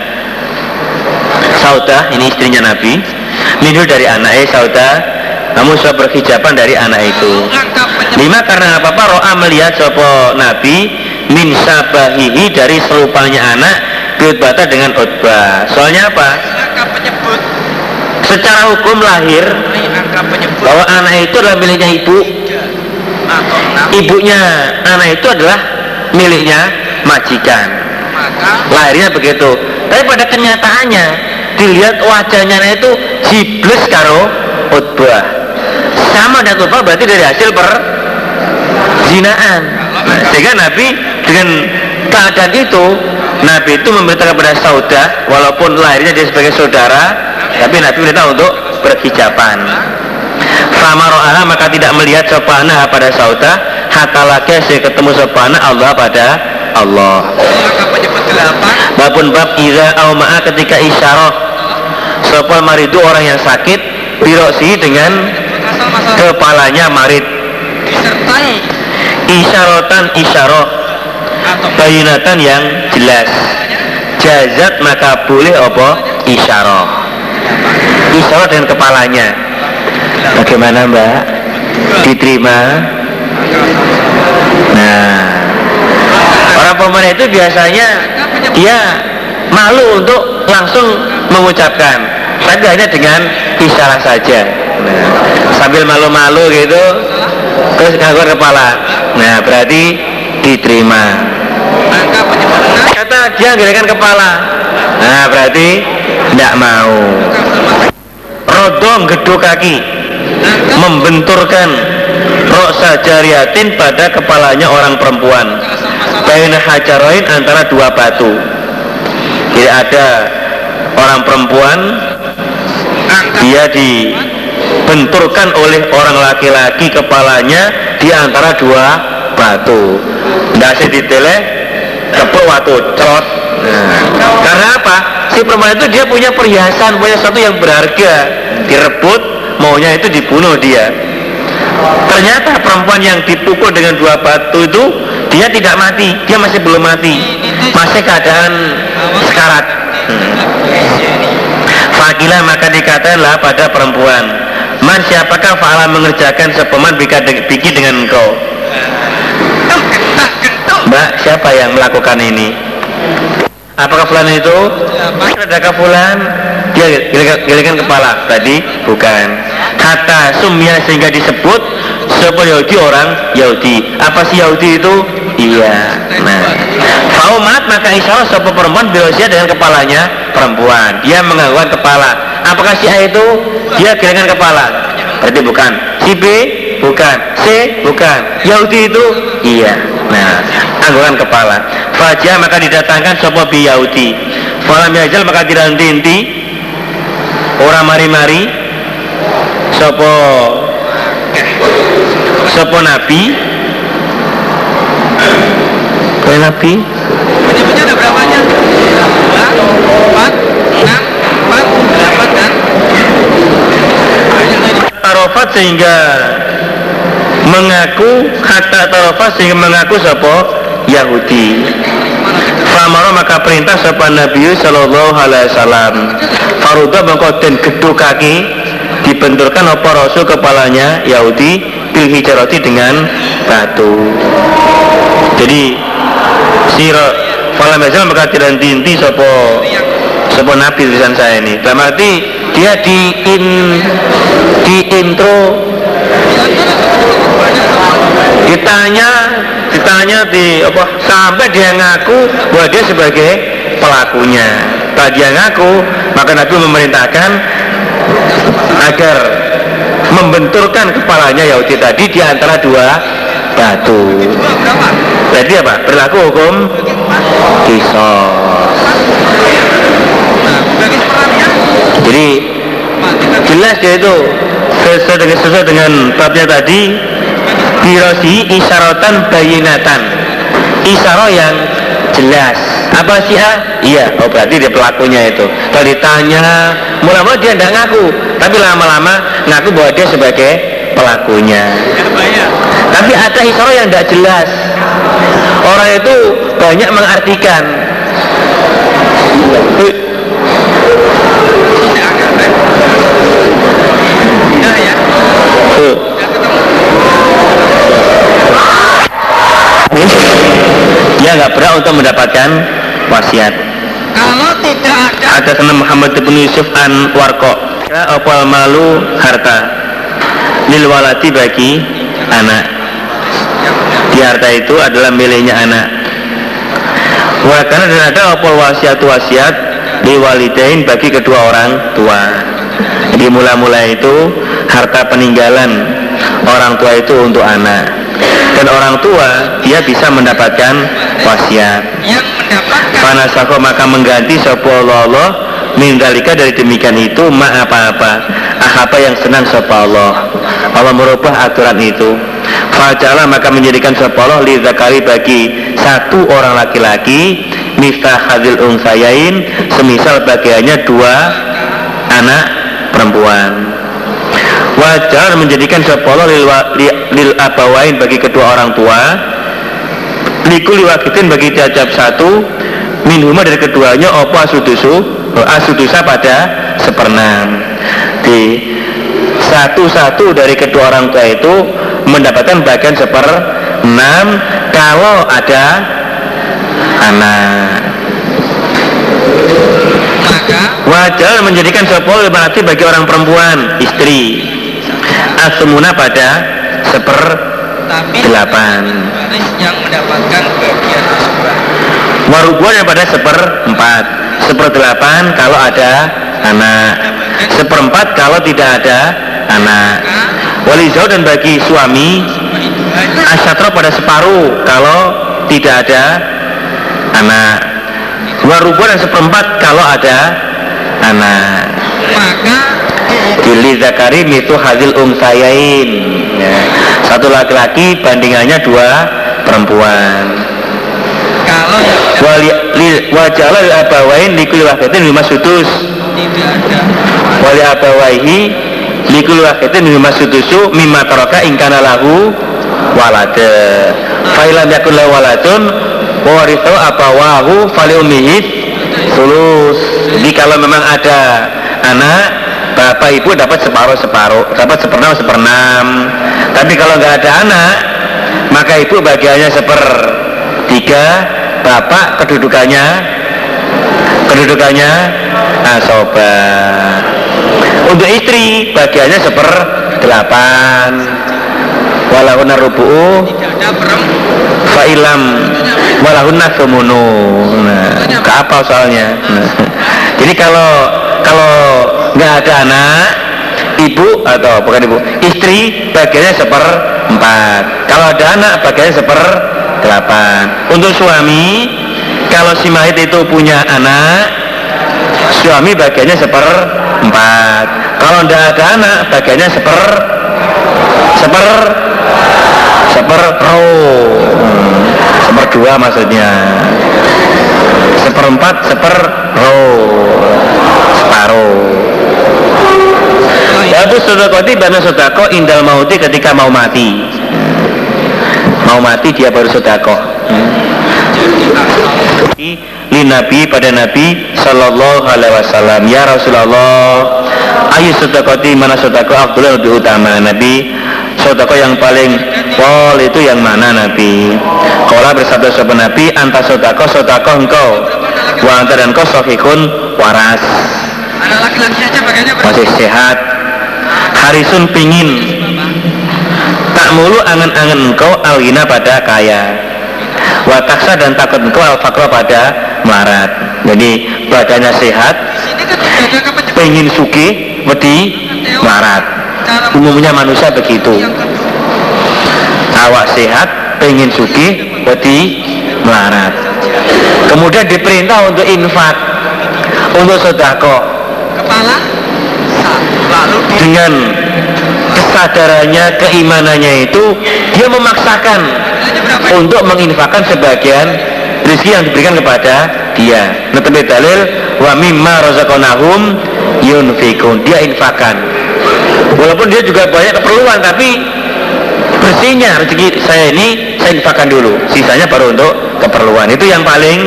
[SPEAKER 1] Saudah, ini istrinya Nabi, minul, dari anaknya Saudah, kamu sudah berhijaban dari anak itu. Lima, karena apa? Ro'a, melihat sopo Nabi min sabahihi, dari serupanya anak Utbah dengan Utbah. Soalnya apa? Secara hukum lahir bahwa anak itu adalah miliknya ibu. Ibunya anak itu adalah miliknya majikan. Lahirnya begitu. Tapi pada kenyataannya dilihat wajahnya itu jibles karo Utbah. Sama dengan Utbah, berarti dari hasil perzinaan. Nah, sehingga Nabi dengan keadaan itu, Nabi itu memerintahkan kepada Saudah, walaupun lahirnya dia sebagai saudara, tapi Nabi perintah untuk berhijaban. Famaro'aha, maka tidak melihat sopana pada Saudah, hatta laki saya ketemu sopana Allah pada Allah. Babun bab iza auma'a, ketika isyarah sopal maridu, orang yang sakit, biroksi, dengan
[SPEAKER 2] asal masalah
[SPEAKER 1] kepalanya marid,
[SPEAKER 2] disertai
[SPEAKER 1] isyaratan isyarah,
[SPEAKER 2] atau
[SPEAKER 1] bayinatan yang jelas, jazat maka boleh apa isyarah, isyarah dengan kepalanya. Bagaimana Mbak? Diterima? Nah, orang pemerintah itu biasanya dia malu untuk langsung mengucapkan, tapi hanya dengan isyarat saja. Nah, sambil malu-malu gitu, terus nganggur kepala. Nah, berarti diterima.
[SPEAKER 2] maka penyempurnaan
[SPEAKER 1] Kata dia gerakan kepala. Nah, berarti tidak mau. Rodong geduk kaki, membenturkan roksa jariatin pada kepalanya orang perempuan. Baina hajaroin antara dua batu. Tidak ada orang perempuan, dia dibenturkan oleh orang laki-laki kepalanya di antara dua batu. Dasi ditele kepul watu cerot. Nah, karena apa? Si perempuan itu dia punya perhiasan, punya sesuatu yang berharga, direbut, maunya itu dibunuh dia. Ternyata perempuan yang dipukul dengan dua batu itu dia tidak mati, dia masih belum mati, masih keadaan sekarat. Fakilah maka dikatakanlah pada perempuan, man siapakah fa'ala mengerjakan sepeman bikin dengan engkau? Mbak, siapa yang melakukan ini? Apakah fulan itu? Adakah fulan? Dia giliran kepala tadi? Bukan. Kata sumya sehingga disebut seperti Yahudi orang Yahudi. Apa sih Yahudi itu? Iya. Nah, faumat maka isyarat sebuah perempuan berusia dengan kepalanya perempuan. Dia menganggukkan kepala. Apakah si A itu? Dia giliran kepala. Berarti bukan. Si B? Bukan. C? Bukan. Yahudi itu? Iya. Nah, anggukan kepala. Fajah maka didatangkan sebuah bi Yahudi. Falam yajal maka tidak henti-henti orang mari-mari sopo nabi. Kau nabi?
[SPEAKER 2] penyebutnya ada berapanya? 2, 4, 6, 4, 8 dan
[SPEAKER 1] Tarofat sehingga mengaku, kata tarofat sehingga mengaku sopo Yahudi. Famaro maka perintah sopan Nabi Sallallahu Alaihi Wasallam. Farudah mengkoden geduk kaki dibenturkan apa Rasul kepalanya Yahudi bil hijarati dengan batu. Jadi si Falam Yazal maka tidak dinti sopo Nabi tulisan saya ini. Dalam arti dia di intro ditanya di apa sampai dia ngaku bahwa dia sebagai pelakunya. Setelah dia ngaku, maka Nabi memerintahkan agar membenturkan kepalanya Yahudi tadi di antara dua batu. Jadi apa? Berlaku hukum qisas. Jadi jelas dia itu sesuai dengan babnya tadi. Birosi isyaratan bayinatan, isyarah yang jelas. Apa sih A? Iya, oh berarti dia pelakunya itu. Kalau ditanya, mula-mula dia tidak ngaku, tapi lama-lama ngaku bahwa dia sebagai pelakunya. Tapi ada isyarah yang tidak jelas. Orang itu banyak mengartikan. Dia nggak berhak untuk mendapatkan wasiat.
[SPEAKER 2] kalau tidak ada
[SPEAKER 1] Sana Muhammad bin Yusuf an Warko. Opal malu harta lil walati bagi anak. Di harta itu adalah miliknya anak. Karena dan ada opal wasiat di walidain bagi kedua orang tua. Jadi mula-mula itu harta peninggalan orang tua itu untuk anak. Dan orang tua dia bisa mendapatkan wasiat.
[SPEAKER 2] yang mendapatkan
[SPEAKER 1] Panasako maka mengganti sapa Allah mindalika dari demikian itu ma apa-apa apa yang senang sapa Allah. Allah merubah aturan itu. Fajala maka menjadikan sapa Allah li zakari bagi satu orang laki-laki mithla hadil unsayain semisal bagiannya dua anak perempuan. wajar menjadikan sepolo lil abawain bagi kedua orang tua, likul wakitin bagi tiap satu, minhuma dari keduanya opo asudusa pada seperenam. Di satu dari kedua orang tua itu mendapatkan bagian seperenam kalau ada anak.
[SPEAKER 2] Maka
[SPEAKER 1] Wajar menjadikan sepuluh berarti bagi orang perempuan istri asmuna pada
[SPEAKER 2] tapi
[SPEAKER 1] 1/8,
[SPEAKER 2] waris yang mendapatkan bagian tersebut.
[SPEAKER 1] warubuan yang pada 1/4, 1/8 kalau ada anak, 1/4 kalau tidak ada anak. Walizau dan bagi suami asyatro pada separuh kalau tidak ada anak, warubuan dan 1/4 kalau ada anak.
[SPEAKER 2] Maka
[SPEAKER 1] Dili zakari mitu hadil umsayain, ya. Satu laki-laki bandingannya 2 perempuan.
[SPEAKER 2] kalau
[SPEAKER 1] Wajala abawain likul wahidatin 5 sudus.
[SPEAKER 2] tidak ada
[SPEAKER 1] Wali abawaihi likul wahidatin 5 sudusu mimma taraka ingkana lahu walada. Failam yakun lahu waladun warithu abawahu fali ummihi sulus. Jadi kalau memang ada anak, bapak ibu dapat separuh, dapat 1/6. Tapi kalau nggak ada anak, maka ibu bagiannya 1/3, bapak kedudukannya asoba. Untuk istri bagiannya 1/8. Walahunna rubu'u
[SPEAKER 2] tidak ada perempuan.
[SPEAKER 1] fa'ilam walahunna thumunu. Nah, keapal soalnya. Nah, jadi kalau nggak ada anak, ibu atau bukan ibu, istri bagiannya 1/4. Kalau ada anak bagiannya 1/8. Untuk suami, kalau si mayit itu punya anak, suami bagiannya 1/4. Kalau nggak ada anak bagiannya 1/2 maksudnya. 1/4 separuh. Babu sodakoti bana sodako indal mauti ketika mau mati. Mau mati dia baru sodako. Li Nabi pada Nabi Sallallahu Alaihi Wasallam, ya Rasulullah, ayu sodakoti mana sodako Abdullah lebih utama Nabi. Sodako yang paling pol itu yang mana Nabi? Kala bersabda sahabat Nabi, anta sodako engkau, wa anta dan kau sohikun waras,
[SPEAKER 2] Anak laki-laki saja bagiannya berapa?
[SPEAKER 1] masih sehat. Harisun pingin, tak mulu angan-angan engkau algina pada kaya, wa taksa dan takut engkau al-faqra pada melarat. Jadi badannya sehat,
[SPEAKER 2] Di sini kan tidak ada kepencetan.
[SPEAKER 1] pengen sugih, wedi melarat. Umumnya manusia begitu.
[SPEAKER 2] Yang kedua,
[SPEAKER 1] Awak sehat, pengen sugih, wedi melarat. Kemudian diperintah untuk infak, untuk sedekah.
[SPEAKER 2] kepala lalu
[SPEAKER 1] Dengan kesadarannya, keimanannya itu, dia memaksakan untuk menginfakkan sebagian rezeki yang diberikan kepada dia. Tetapi dalil wa mimma razaqnahum yunfikun, dia infakkan. Walaupun dia juga banyak keperluan, tapi bersihnya rezeki saya ini saya infakkan dulu, sisanya baru untuk keperluan. Itu yang paling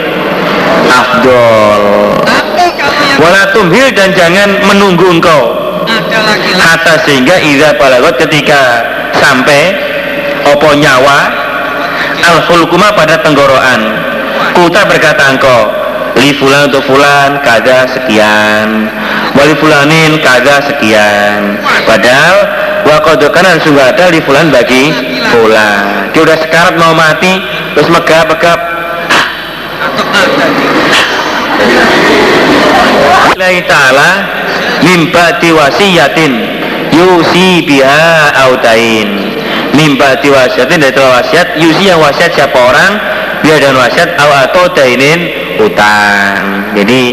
[SPEAKER 1] afdol.
[SPEAKER 2] tapi kalau yang
[SPEAKER 1] Wala tumhil, dan jangan menunggu engkau
[SPEAKER 2] ada laki-laki
[SPEAKER 1] hatta sehingga iza balagot, ketika sampai opo nyawa al-hulkuma pada tenggorokan, kuta berkata engkau li fulan untuk fulan kada sekian, wali fulanin kada sekian, padahal wakodokan sungguh ada li fulan bagi fulan. Dia udah sekarat mau mati terus megap-megap
[SPEAKER 2] atau ada
[SPEAKER 1] Allah Ta'ala mimba diwasiyatin yusi biha autain, mimba diwasiyatin dari wasiat, yusi yang wasiat siapa orang dia dan wasiat atau dainin utang. Jadi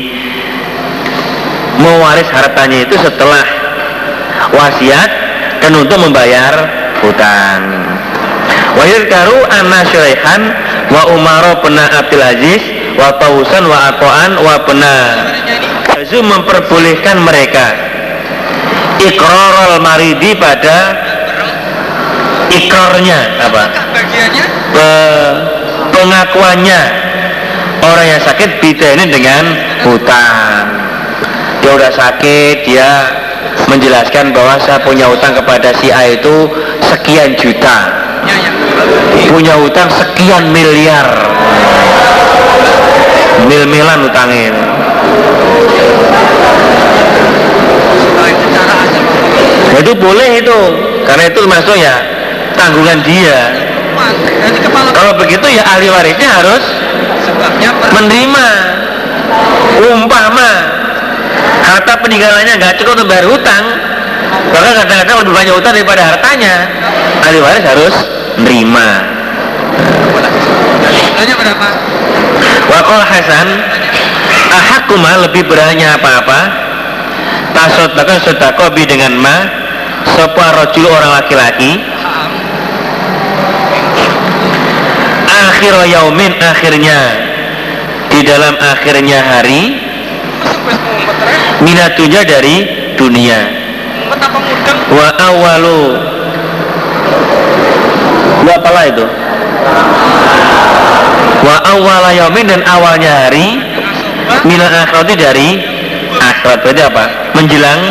[SPEAKER 1] mewaris hartanya itu setelah wasiat dan untuk membayar hutang. Wahir karu anna syuraihan wa umaro pena Abdul Aziz wa tausan wa atoan wa pena Azu memperbolehkan mereka iqrarul maridi pada ikrarnya apa?
[SPEAKER 2] Bagiannya
[SPEAKER 1] Pengakuannya orang yang sakit beda ini dengan hutang. Dia udah sakit, dia menjelaskan bahwa saya punya hutang kepada si A itu sekian juta, punya hutang sekian miliar, mil-milan hutangin. Nah, itu boleh itu, karena itu masuk ya tanggungan dia. Kalau begitu ya ahli warisnya harus menerima. Umpama harta peninggalannya nggak cukup untuk bayar hutang, bahkan kadang-kadang lebih banyak hutang daripada hartanya, ahli waris harus menerima.
[SPEAKER 2] berapa?
[SPEAKER 1] Waqal Hasan, ahakuma lebih beranya apa-apa tasodakon sodakobi dengan ma sopa rojul orang laki-laki akhir yaumin akhirnya di dalam akhirnya hari minatunya dari dunia wa awalu wa apalah itu wa awala yaumin dan awalnya hari mina akhirati dari akhirat. Berarti apa? Menjelang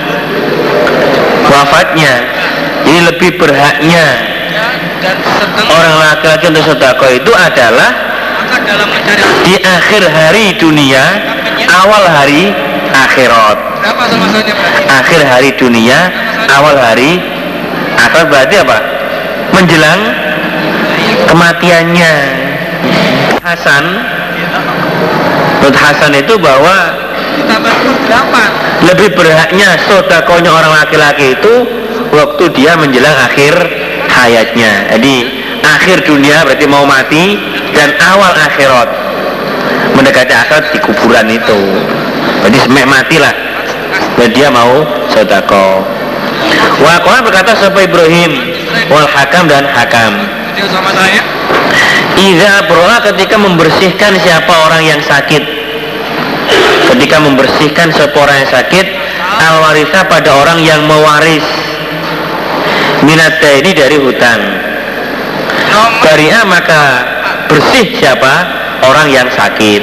[SPEAKER 1] wafatnya. Jadi lebih berhaknya orang laki-laki untuk sedekah itu adalah di akhir hari dunia, awal hari akhirat. Akhir hari dunia, awal hari akhirat. Berarti apa? Menjelang kematiannya. Hasan, menurut Hasan itu bahwa lebih berhaknya sedekahnya orang laki-laki itu waktu dia menjelang akhir hayatnya. Jadi akhir dunia berarti mau mati, dan awal akhirat mendekati akhirat di kuburan itu. Jadi semek matilah, dan dia mau sedekah. Wa qala berkata sapa Ibrahim wal Hakam dan Hakam. Iza berolah ketika membersihkan siapa orang yang sakit, ketika membersihkan siapa orang yang sakit al warisah pada orang yang mewaris minat ini dari hutang bari'a maka bersih siapa orang yang sakit.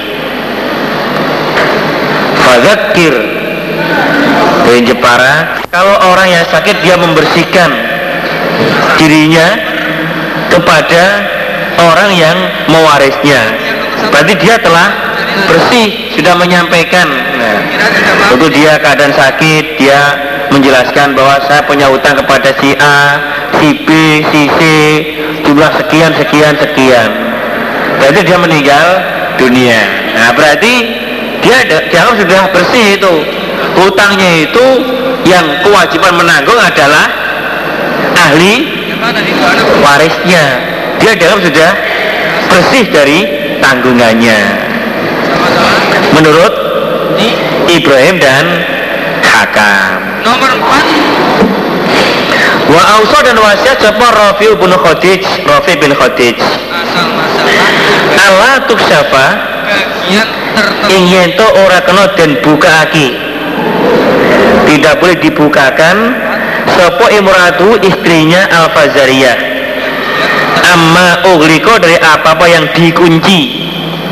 [SPEAKER 1] Fadzakir dari Jepara, kalau orang yang sakit dia membersihkan dirinya kepada orang yang mewarisnya, berarti dia telah bersih, sudah menyampaikan. Nah, waktu dia keadaan sakit, dia menjelaskan bahwa saya punya utang kepada si A, si B, si C, jumlah sekian, sekian, sekian. Berarti dia meninggal dunia. Nah, berarti dia dianggap sudah bersih itu. Hutangnya itu yang kewajiban menanggung adalah ahli warisnya. Dia dianggap sudah bersih dari tanggungannya menurut Ibrahim dan Hakam.
[SPEAKER 2] Nomor 4
[SPEAKER 1] wa ausa dan wasiat sapa Rafi bin Khadij, Rafi bin Khadij Allah tuksafa ingin to ora kena den bukaake, tidak boleh dibukakan sapa imratu istrinya Al-Fazariyah amma ughliko dari apa-apa yang dikunci.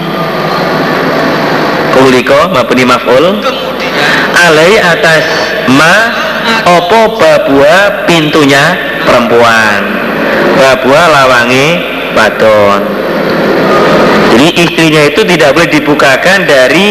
[SPEAKER 1] Ughliko mabni maf'ul alai atas ma opo babua pintunya perempuan, babua lawange wadon. Jadi istrinya itu tidak boleh dibukakan dari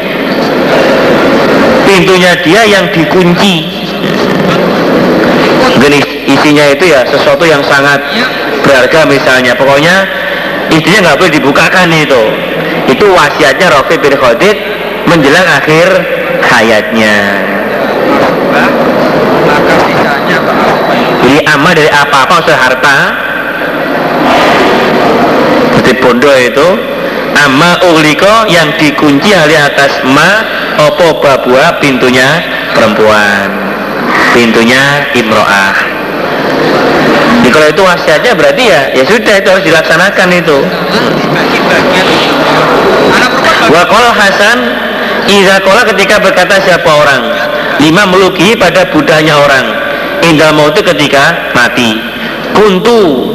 [SPEAKER 1] pintunya dia yang dikunci. Mungkin isinya itu ya sesuatu yang sangat berharga misalnya, pokoknya istrinya nggak boleh dibukakan itu. Itu wasiatnya Rafi bin Khadij menjelang akhir hayatnya. Jadi amma dari apa-apa usaha harta seperti bondo itu, amma ughliko yang dikunci hari atas ma opo babua pintunya perempuan, pintunya imro'ah. Jadi kalau itu wasiatnya berarti ya sudah, itu harus dilaksanakan itu. Wa qala Hasan idza qala ketika berkata siapa orang 5 melugihi pada budaknya orang indal mauti ketika mati. Kuntu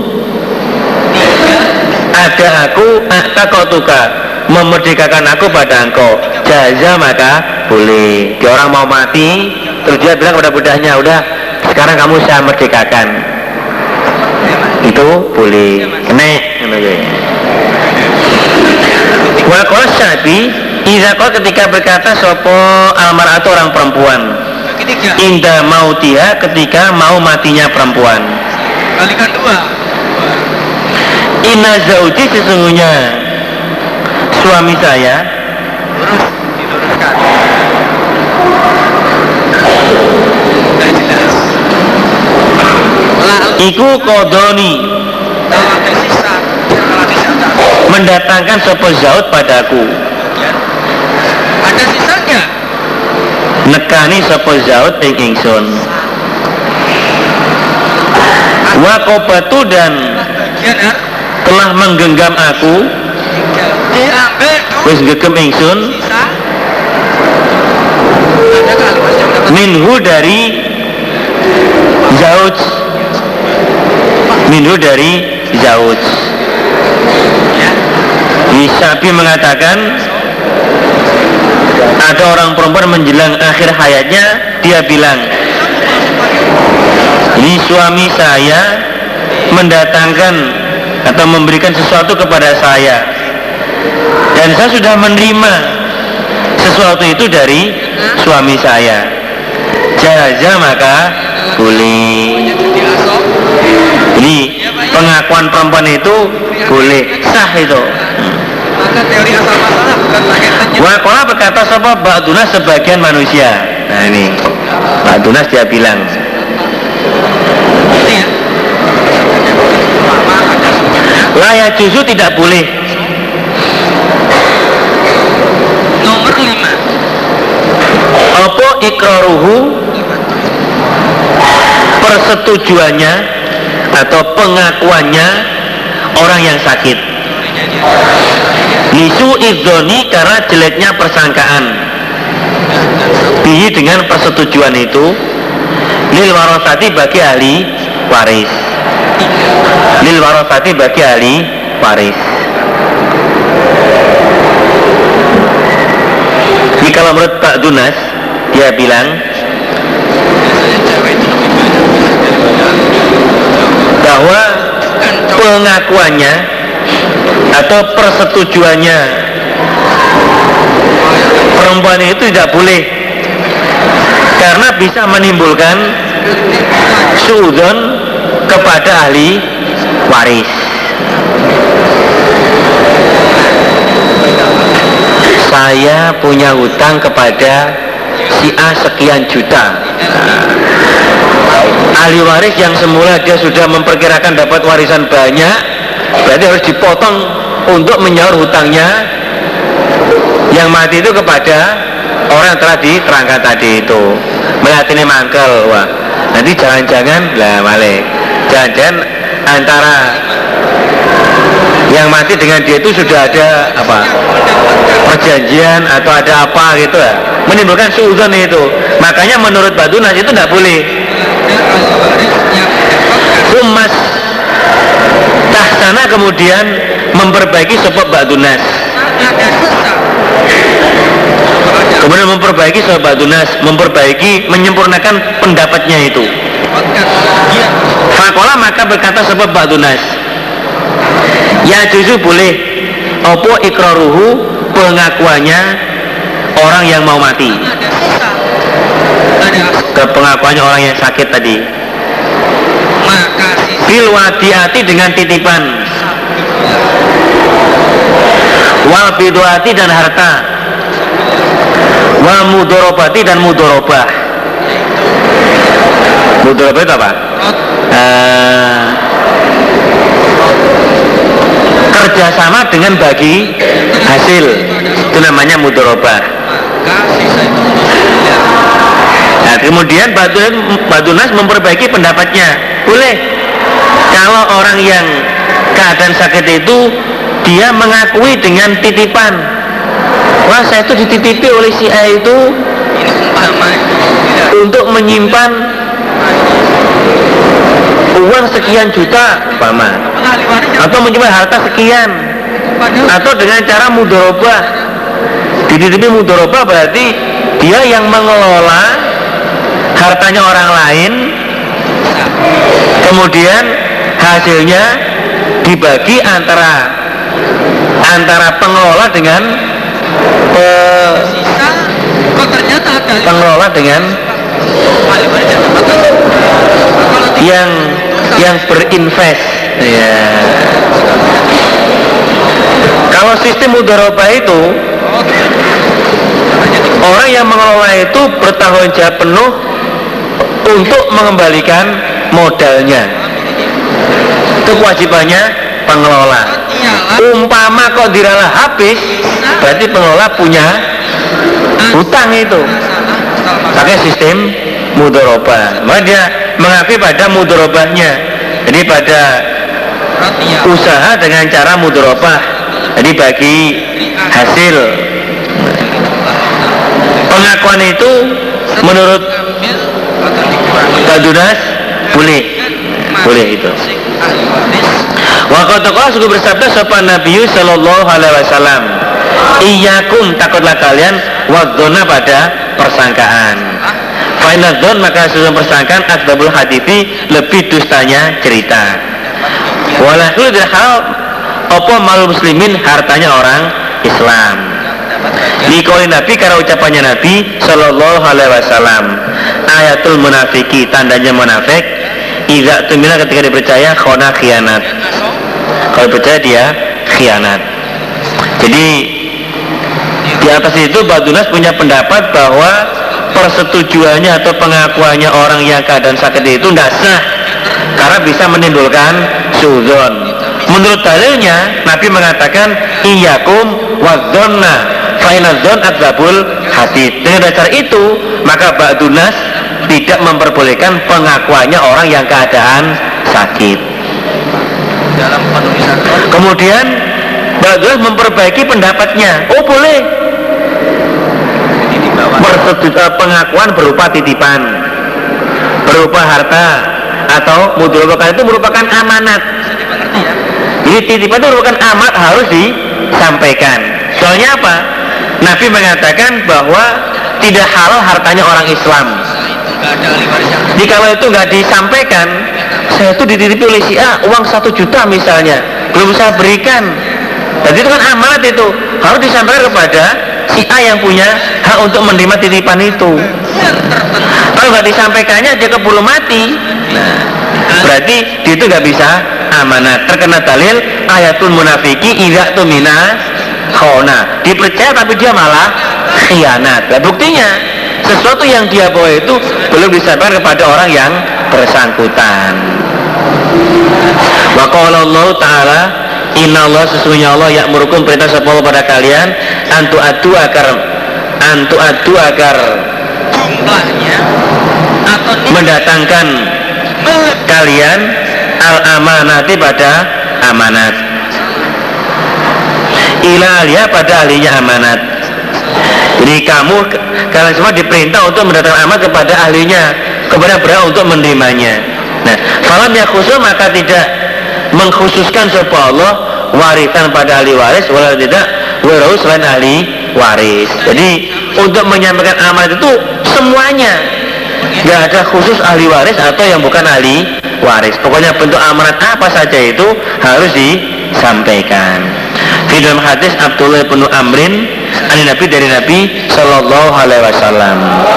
[SPEAKER 1] ada aku atakotuka memerdekakan aku pada engkau, jaza maka boleh. Dia orang mau mati terus dia bilang kepada budaknya, udah sekarang kamu saya merdekakan, itu boleh. Nek wa qala Syafi'i idza qala ketika berkata sopo almar'atu orang perempuan inda mautiha ketika mau matinya perempuan.
[SPEAKER 2] Kalikan 2.
[SPEAKER 1] Inna zauji sesungguhnya suami saya.
[SPEAKER 2] Diluruskan. Sudah jelas.
[SPEAKER 1] Iku kodoni
[SPEAKER 2] Kalau ada sisa, kalau tidak ada.
[SPEAKER 1] mendatangkan sopo zaud padaku.
[SPEAKER 2] Kemudian ada sisanya.
[SPEAKER 1] Nekani sopo zaud ing ingsun. Wakobatu dan
[SPEAKER 2] Bagian
[SPEAKER 1] telah menggenggam aku.
[SPEAKER 2] diambil dulu
[SPEAKER 1] Wis gegem ingsun
[SPEAKER 2] sisa. Ada kalimat yang dapat
[SPEAKER 1] minhu dari zauj. Minhu dari zauj.
[SPEAKER 2] ya.
[SPEAKER 1] Syafi'i mengatakan ada orang perempuan menjelang akhir hayatnya, dia bilang, ini suami saya mendatangkan atau memberikan sesuatu kepada saya dan saya sudah menerima sesuatu itu dari suami saya, jaza maka boleh.
[SPEAKER 2] Jadi asok.
[SPEAKER 1] Jadi pengakuan perempuan itu boleh, sah itu.
[SPEAKER 2] Maka teori asal masalah bukan lahirnya.
[SPEAKER 1] Wakola berkata sopo ba'dunas sebagian manusia. Nah ini ba'dunas dia bilang,
[SPEAKER 2] Ini ya. Lama ada sumbernya.
[SPEAKER 1] layak juzu tidak boleh.
[SPEAKER 2] Nomor 5.
[SPEAKER 1] Apa ikraruhu persetujuannya atau pengakuannya orang yang sakit. Lisu idzoni karena jeleknya persangkaan. Bihi dengan persetujuan itu lil warasati bagi ahli waris. Lil warasati bagi ahli waris. Ini kalau menurut Pak Dunas dia bilang
[SPEAKER 2] Biasanya cewek itu lebih banyak daripada
[SPEAKER 1] bahwa
[SPEAKER 2] kan cowok.
[SPEAKER 1] pengakuannya atau persetujuannya perempuan itu tidak boleh karena bisa menimbulkan suudzon kepada ahli waris. Saya punya hutang kepada si A sekian juta. Ahli waris yang semula dia sudah memperkirakan dapat warisan banyak, berarti harus dipotong untuk menyaur hutangnya yang mati itu kepada orang yang telah diterangkan tadi itu. Melihat ini mangkel, wah nanti jangan-jangan lah male, jangan-jangan antara yang mati dengan dia itu sudah ada apa perjanjian atau ada apa gitu ya, menimbulkan suudzon itu. Makanya menurut Badunas itu tidak boleh. Umas tahsana kemudian memperbaiki sebab Badunas, kemudian memperbaiki sebab Badunas, memperbaiki menyempurnakan pendapatnya itu. Fakola maka berkata sebab Badunas, ya justru boleh opo ikraruhu pengakuannya orang yang mau mati, ke pengakuannya orang yang sakit tadi.
[SPEAKER 2] Maka
[SPEAKER 1] Bil wadiati dengan titipan, wal biduati dan harta, wal mudorobati dan mudorobah. Mudorobah itu apa? Kerjasama dengan bagi hasil, itu namanya mudorobah. Nah, kemudian Badunas memperbaiki pendapatnya, boleh kalau orang yang keadaan sakit itu dia mengakui dengan titipan, wah saya itu dititipi oleh si A itu
[SPEAKER 2] ini umpama
[SPEAKER 1] untuk menyimpan uang sekian juta umpama, atau menyimpan harta sekian, atau dengan cara mudharabah. Dititipi mudharabah berarti dia yang mengelola hartanya orang lain, kemudian hasilnya dibagi antara pengelola dengan pengelola dengan yang berinvest. Ya. Kalau sistem mudharabah itu, orang yang mengelola itu bertanggung jawab penuh untuk mengembalikan modalnya. Itu kewajibannya pengelola. Umpama kok diralah habis, berarti pengelola punya hutang itu. Pakai sistem mudharabah. Maka dia mengakui pada mudharabahnya. Jadi pada usaha dengan cara mudharabah. Jadi bagi hasil. Pengakuan itu menurut Badunas boleh itu. Wa qala suku bersabda sapa Nabi sallallahu alaihi wasallam, iyyakum takutlah kalian wadzona pada persangkaan. Fa inna dzon maka sesungguhnya persangkaan adzabul hadithi lebih dustanya cerita. Walakul hal apa mal muslimin hartanya orang Islam. Dikauli Nabi karena ucapannya Nabi sallallahu alaihi wasallam, ayatul munafiki tandanya munafik idza tumina ketika dipercaya khona khianat. Kalau percaya dia khianat. Jadi di atas itu Badunas punya pendapat bahwa persetujuannya atau pengakuannya orang yang keadaan sakit itu tidak sah karena bisa menimbulkan suudzon. Menurut dalilnya Nabi mengatakan iyyakum wadzonna fa inadzon adzabul hadid. Dengan dasar itu maka Badunas tidak memperbolehkan pengakuannya orang yang keadaan sakit. Kemudian Badunas memperbaiki pendapatnya. Oh boleh. Pengakuan berupa titipan, berupa harta atau mudharabah itu merupakan amanat. Jadi titipan itu merupakan amanat harus disampaikan. Soalnya apa? Nabi mengatakan bahwa tidak halal hartanya orang Islam. Jadi kalau itu nggak disampaikan, saya itu dititipi oleh si A uang 1 juta misalnya, belum saya berikan. Jadi itu kan amanat, itu harus disampaikan kepada si A yang punya hak untuk menerima titipan itu. Kalau nggak disampaikannya dia keburu mati. Nah, berarti dia itu nggak bisa amanat. Terkena dalil ayatul munafiki idza tumina khona. Dipercaya tapi dia malah khianat. Nah, buktinya sesuatu yang dia bawa itu belum disampaikan kepada orang yang bersangkutan. Wa qala Allah Ta'ala inna Allah sesungguhnya Allah ya'murukum perintah sepuluh pada kalian antu adu agar
[SPEAKER 2] jumlahnya atau
[SPEAKER 1] mendatangkan kalian al-amanati pada amanat ila aliyah pada ahlinya amanat. Jadi kalian semua diperintah untuk mendatangkan amanat kepada ahlinya, kepada berhak untuk menerimanya. Nah, falam yang khusus maka tidak mengkhususkan sapa Allah warisan pada ahli waris, walau tidak walau selain ahli waris. Jadi untuk menyampaikan amanat itu semuanya, nggak ada khusus ahli waris atau yang bukan ahli waris. Pokoknya bentuk amanat apa saja itu harus disampaikan. Di dalam hadis Abdullah bin Amrin dari Nabi Sallallahu Alaihi Wasallam.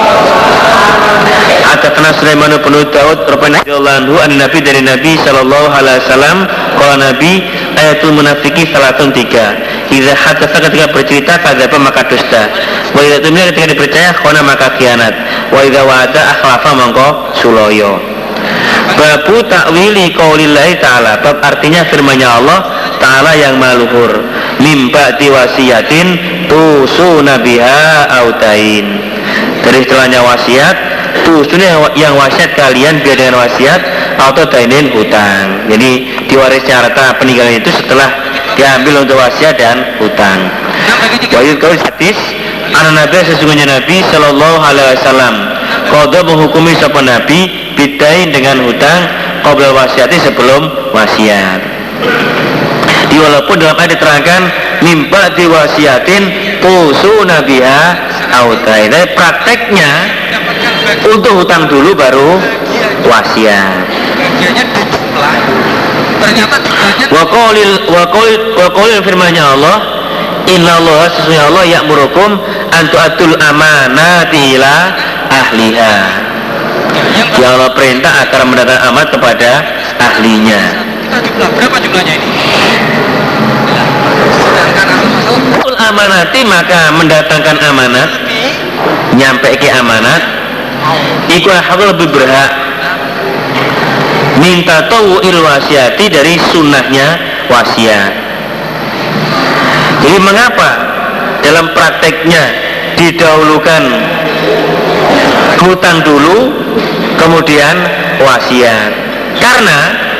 [SPEAKER 1] Atatna Sulaiman bin Daud radhiyallahu anhu Nabi dari Nabi Sallallahu Alaihi Wasallam. Kalau Nabi ayatul munafiki salatun 3. Idza hadatsa ketika bercerita kadzaba maka dusta. Wa idza tumina ketika dipercaya khona maka khianat. Wa idza wa'ada akhlafa mongko suloyo. Babu takwili qaulillahi ta'ala. Bab artinya firman-Nya Allah Ta'ala yang maluhur. Mimba diwasiyatin tusuna biha autain. Dari istilahnya wasiat, tusuna yang wasiat kalian biar dengan wasiat atau dainin hutang. Jadi diwarisnya harta peninggalan itu setelah diambil untuk wasiat dan hutang. Wahyu kau hadis anak Nabi sesungguhnya Nabi Sallallahu Alaihi Wasallam qada menghukumi sapa nabi bidain dengan hutang qabla wasiati sebelum wasiat. Di walaupun dalam ayat diterangkan mimba diwasiatin tusu nabiha autai. Tapi prakteknya untuk hutang dulu baru wasiat.
[SPEAKER 2] Bagiannya dijumlah. Ternyata
[SPEAKER 1] Wa qaulil firman-Nya Allah, innallaha sesungguhnya Allah ya'murukum an tu'atul amanati ila ahliha. Ya Allah perintah agar mendatangkan amanat kepada ahlinya.
[SPEAKER 2] kita jumlah berapa jumlahnya ini? Sedangkan masalah
[SPEAKER 1] Amanati maka mendatangkan amanat, nyampe ke amanat, iku lebih berhak minta tawu'il wasiati dari sunnahnya wasiat. Jadi mengapa dalam prakteknya didahulukan hutang dulu kemudian wasiat? Karena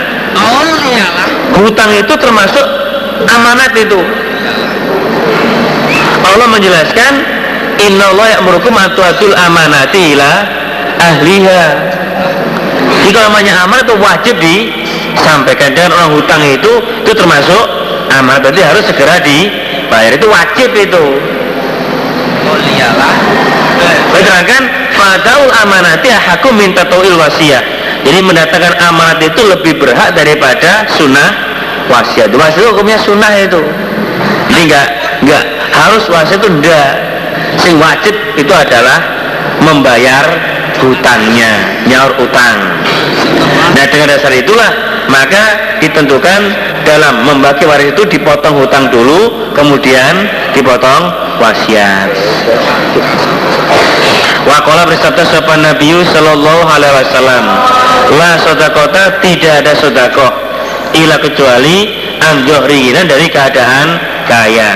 [SPEAKER 1] hutang itu termasuk amanat itu. Allah menjelaskan innallaha ya'murukum an tu'atul amanati ila ahliha. Jika namanya amanat itu wajib disampaikan, dan orang hutang itu termasuk amanat, berarti harus segera dibayar, itu wajib itu. Diterangkan fadaul amanati hakum minta tauil wasiat. Jadi mendatangkan amanat itu lebih berhak daripada sunnah wasiat. Wasiat hukumnya sunnah itu. Jadi enggak harus wasiat itu enggak. Sing wajib itu adalah membayar hutangnya, nyaur utang. Nah dengan dasar itulah maka ditentukan dalam membagi waris itu dipotong hutang dulu, kemudian dipotong wasiat. Wa qala bersabda sahabat Nabi sallallahu alaihi wasallam, la sedekah, tidak ada sedekah ila kecuali an zuhrinan, dari keadaan kaya.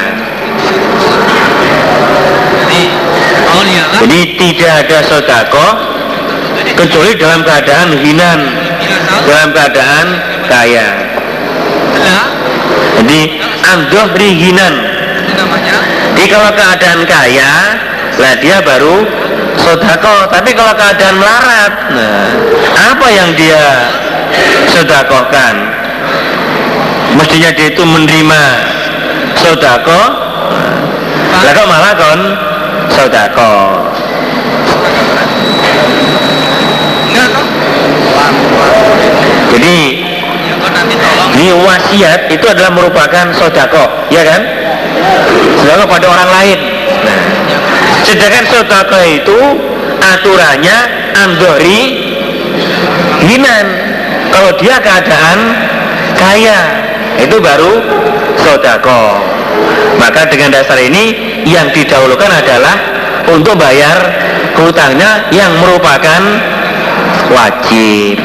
[SPEAKER 1] Jadi tidak ada sedekah kecuali dalam keadaan hinan, dalam keadaan kaya. Jadi an-dhuhri hinan. Jadi kalau keadaan kaya, lah dia baru sedekah. Tapi kalau keadaan melarat, nah apa yang dia sedekahkan? Mestinya dia itu menerima sedekah, lah kok malah kon sedekah. Jadi ini wasiat itu adalah merupakan sedekah, ya kan? Sedekah pada orang lain. Nah, sedangkan sedekah itu aturannya andori hinan. Kalau dia keadaan kaya, itu baru sedekah. Maka dengan dasar ini yang didahulukan adalah untuk bayar hutangnya yang merupakan wajib.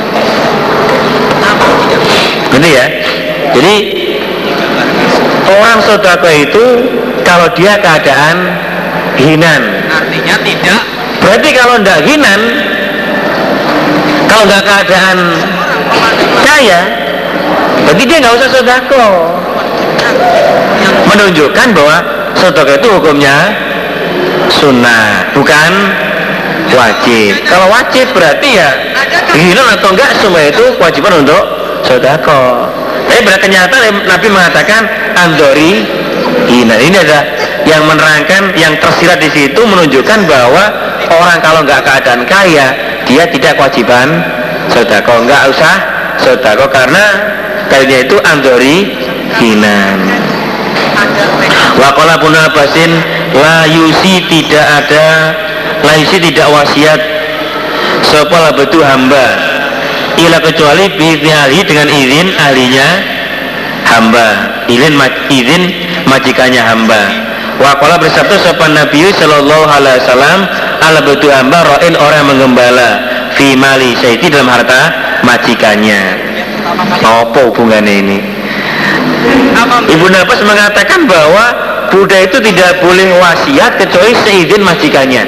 [SPEAKER 1] Gitu ya. Jadi orang sedekah itu kalau dia keadaan hinan,
[SPEAKER 2] artinya tidak.
[SPEAKER 1] Berarti kalau tidak hinan, kalau nggak keadaan kaya, berarti dia nggak usah sedekah. Menunjukkan bahwa sedekah itu hukumnya sunnah, bukan wajib. Kalau wajib berarti ya hinan atau enggak semua itu kewajiban untuk sedekah. Tapi pada kenyataan Nabi mengatakan andori hinan. Ini adalah yang menerangkan, yang tersirat di situ menunjukkan bahwa orang kalau nggak keadaan kaya, dia tidak kewajiban sedekah, nggak usah sedekah karena kayaknya itu andori hinan. Waqala Ibnu Abbasin la yusi, tidak ada, la yusi tidak wasiat sapa betul hamba ila kecuali bi'idzni, dengan izin ahlinya hamba, izin majikannya hamba. Wa qala bersabda sapa Nabi sallallahu alaihi wasallam, ala betul hamba ra'in, orang menggembala fi mali sayyidi, dalam harta majikannya. Apa hubungannya ini? Ibnu Abbas mengatakan bahwa budak itu tidak boleh wasiat kecuali seizin majikannya.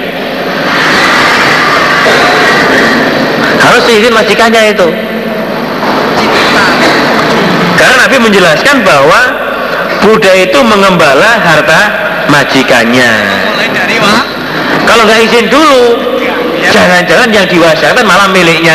[SPEAKER 1] Harus seizin majikannya itu. Karena Nabi menjelaskan bahwa budak itu mengembala harta majikannya. Kalau nggak izin dulu, Jangan-jangan yang diwasiatkan malah milik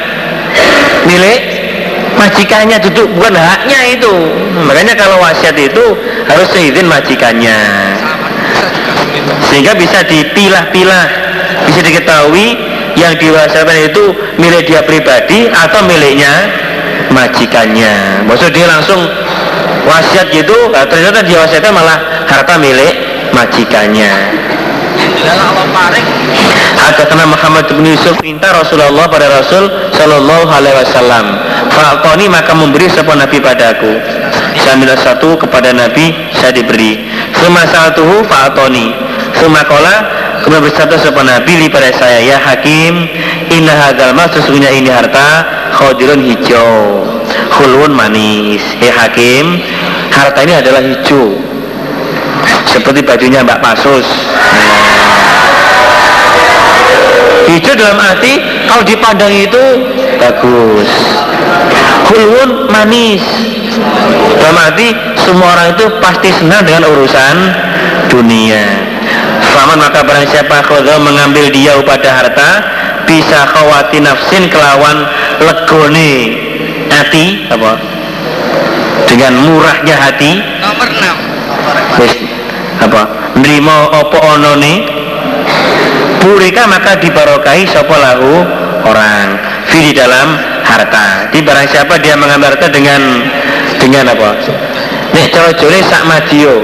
[SPEAKER 1] majikannya, duduk bukan haknya itu. Makanya kalau wasiat itu harus seizin majikannya, sehingga bisa dipilah-pilah, bisa diketahui yang diwasiatkan itu milik dia pribadi atau miliknya majikannya. Maksud dia langsung wasiat gitu, ternyata dia wasiatkan malah harta milik majikannya. Hadatsana Muhammad bin Yusuf, minta Rasulullah pada Rasul sallallahu alaihi wasallam, fa'atoni maka memberi sapa Nabi padaku. Saya minta satu kepada Nabi, saya diberi. Suma saltuhu fa'atoni. Suma qala, kemudian bersatu sapa Nabi li pada saya, ya Hakim, inna hadzal mal, sesungguhnya ini harta khadirun hijau, khulun manis. Ya Hakim, harta ini adalah hijau seperti bajunya Mbak Pasus. Hijau dalam arti kalau dipandang itu bagus, khulun manis dalam arti semua orang itu pasti senang dengan urusan dunia. Faman maka barang siapa khodha mengambil dia pada harta, bisa khawati nafsin kelawan legone hati, apa dengan murahnya hati.
[SPEAKER 2] Nomor 6
[SPEAKER 1] wis apa nrimo apa onone burika maka dibarokai sapa lahu orang fi di dalam harta. Di barang siapa dia mengambil harta dengan apa? Nek cara jole sak madio.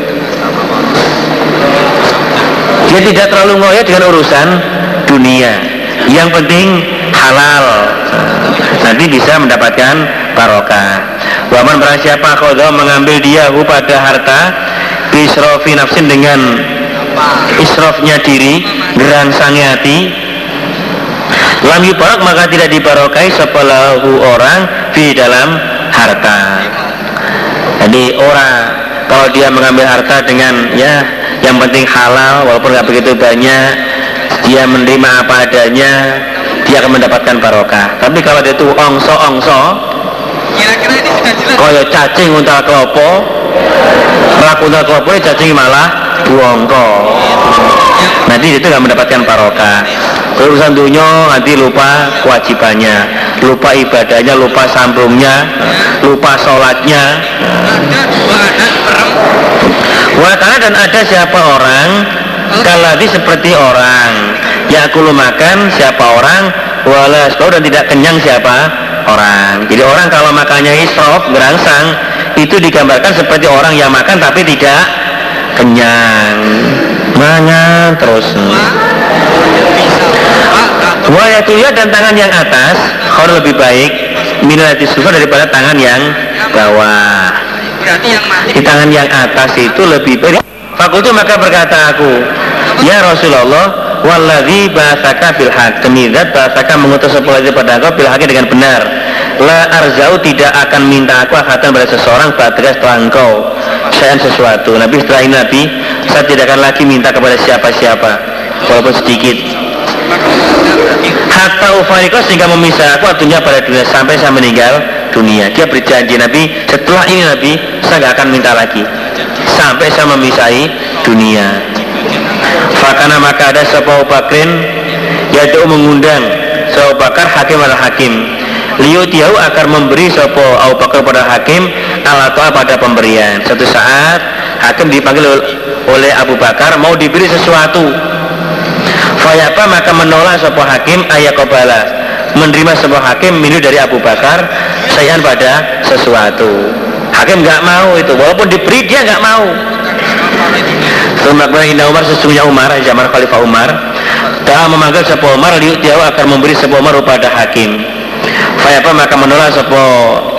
[SPEAKER 1] Dia tidak terlalu ngoyo dengan urusan dunia. Yang penting halal. Nanti bisa mendapatkan barokah. Waman barang siapa khodha mengambil dia pada harta bisrofi nafsin dengan israfnya diri, gerangsangnya hati, lam yubarak maka tidak dibarokai sepelahu orang di dalam harta. Jadi orang kalau dia mengambil harta dengan ya yang penting halal, walaupun nggak begitu banyak, dia menerima apa adanya, dia akan mendapatkan barokah. Tapi kalau dia itu ongso,
[SPEAKER 2] kira-kira ini sudah jelas.
[SPEAKER 1] kaya cacing untal klopo, rak untal klopo ini cacing malah buongko. Nanti itu nggak mendapatkan barokah. Urusan dunia nanti lupa kewajibannya, lupa ibadahnya, lupa sambungnya, lupa sholatnya.
[SPEAKER 2] Ada dua anak perempuan.
[SPEAKER 1] Wakana dan ada siapa orang kaladi seperti orang yakulu makan siapa orang walas dan tidak kenyang siapa orang. Jadi orang kalau makannya israf gerangsang itu digambarkan seperti orang yang makan tapi tidak kenyang, mangan terus. Wayatuya dan tangan yang atas kalau lebih baik minati sufar daripada tangan yang bawah.
[SPEAKER 2] Berarti yang mati
[SPEAKER 1] Di tangan yang atas itu lebih baik. Fakultu maka berkata aku, ya Rasulullah, walladzi ba'atsaka bil haqq, demi zat ba'atsaka mengutus sepuluh pada engkau bil haqq dengan benar. La arzau tidak akan minta aku akan pada seseorang ba'daka setelah engkau sayang sesuatu. Nabi setelah ini Nabi, saya tidak akan lagi minta kepada siapa-siapa walaupun sedikit. Hatta ufariko sehingga memisah aku dunia pada dunia sampai saya meninggal dunia. Dia berjanji Nabi, setelah ini Nabi saya nggak akan minta lagi sampai saya memisahi dunia. Fakana maka ada sebuah Bakrin yaitu mengundang Abu Bakar hakim al hakim liu tiau akan memberi sebuah Abu Bakar pada hakim alatoa pada pemberian. Suatu saat hakim dipanggil oleh Abu Bakar mau diberi sesuatu. Fayapa maka menolak sebuah hakim ayakobala menerima sebuah hakim minum dari Abu Bakar sayan pada sesuatu. Hakim nggak mau itu, walaupun diberi dia nggak mau. Kemudian Umar sesungguhnya Umar zaman Khalifah Umar telah memanggil sebuah Umar liu dia akan memberi sebuah Umar pada hakim. Fayapa maka menolak sebuah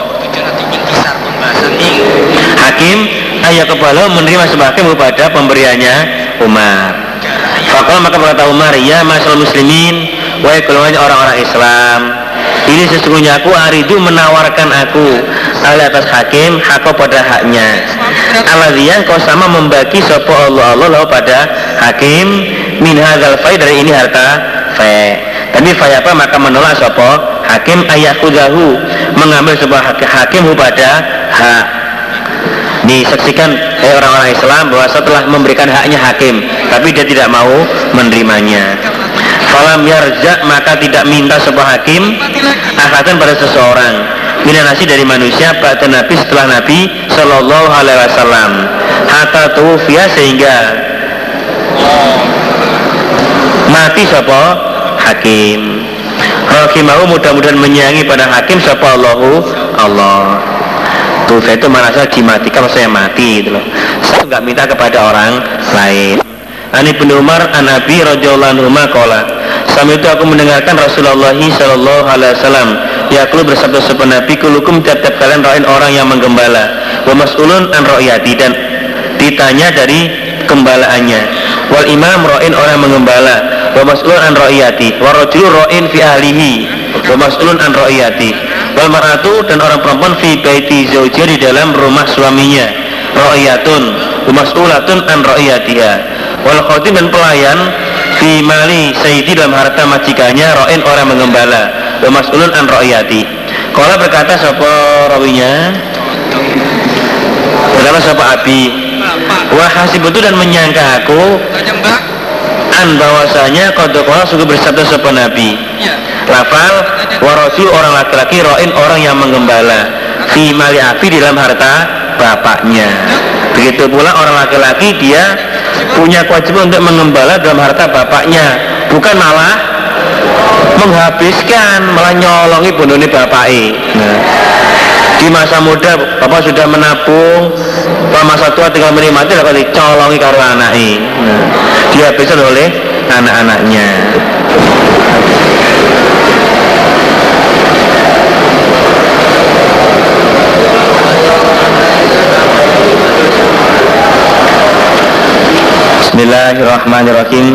[SPEAKER 1] hakim ayakobala menerima sebuah hakim pada pemberiannya Umar. Fakal maka berkata Umar, ya masyaallah muslimin, wahai golongan orang-orang Islam, ini sesungguhnya aku aridu menawarkan aku ala atas hakim hak pada haknya. Aladziyah kau sama membagi sopo Allah pada hakim min hadzal fai dari ini harta fai. Tapi fai apa maka menolak sopo hakim ayakudahu mengambil sebuah hakim pada hak. Disaksikan orang-orang Islam bahwa setelah memberikan haknya hakim tapi dia tidak mau menerimanya. falam yarja maka tidak minta sebuah hakim ahadan pada seseorang minanasi dari manusia pada Nabi setelah Nabi Sallallahu Alaihi Wasallam hatta tuwfiya sehingga mati sapa hakim. Rahimahu mudah-mudahan menyayangi pada hakim sapa Allahu Allah. Tuwfiya itu merasa dimatikan, maksudnya mati gitu loh. Saya nggak minta kepada orang lain. Ani bin Umar an Abi radhiyallahu anhu qala sama itu aku mendengarkan Rasulullah sallallahu alaihi wasallam yaqulu bersabda sabda Nabi kulukum tiap-tiap kalian ra'in orang yang menggembala wa mas'ulun an ra'yati dan ditanya dari gembalaannya wal imam ra'in orang yang menggembala wa mas'ulun an ra'yati wa rajulun ra'in fi ahlihi wa mas'ulun an ra'yati wal mar'atu dan orang perempuan fi baiti zawjiha di dalam rumah suaminya ra'yatun wa mas'ulatun an ra'yatiha wal khadim dan pelayan fi mali sayyidi dalam harta majikannya ra'in orang mengembala wa mas'ulun an ra'yati. Qala berkata sapa rawinya berkata sapa Abi wa hasibutu dan menyangka aku an bahwasanya qad qala sungguh bersabda sapa Nabi lafal wa rasul orang laki-laki ra'in orang yang mengembala fi mali Abi di dalam harta bapaknya. Begitu pula orang laki-laki dia punya kewajiban untuk mengembala dalam harta bapaknya, bukan malah menghabiskan, malah nyolongi bondone bapake. Nah, di masa muda bapak sudah menabung, pada masa tua tinggal menikmati lalu dicolongi karo anake. Nah, dihabiskan oleh anak-anaknya. Bismillahirrahmanirrahim.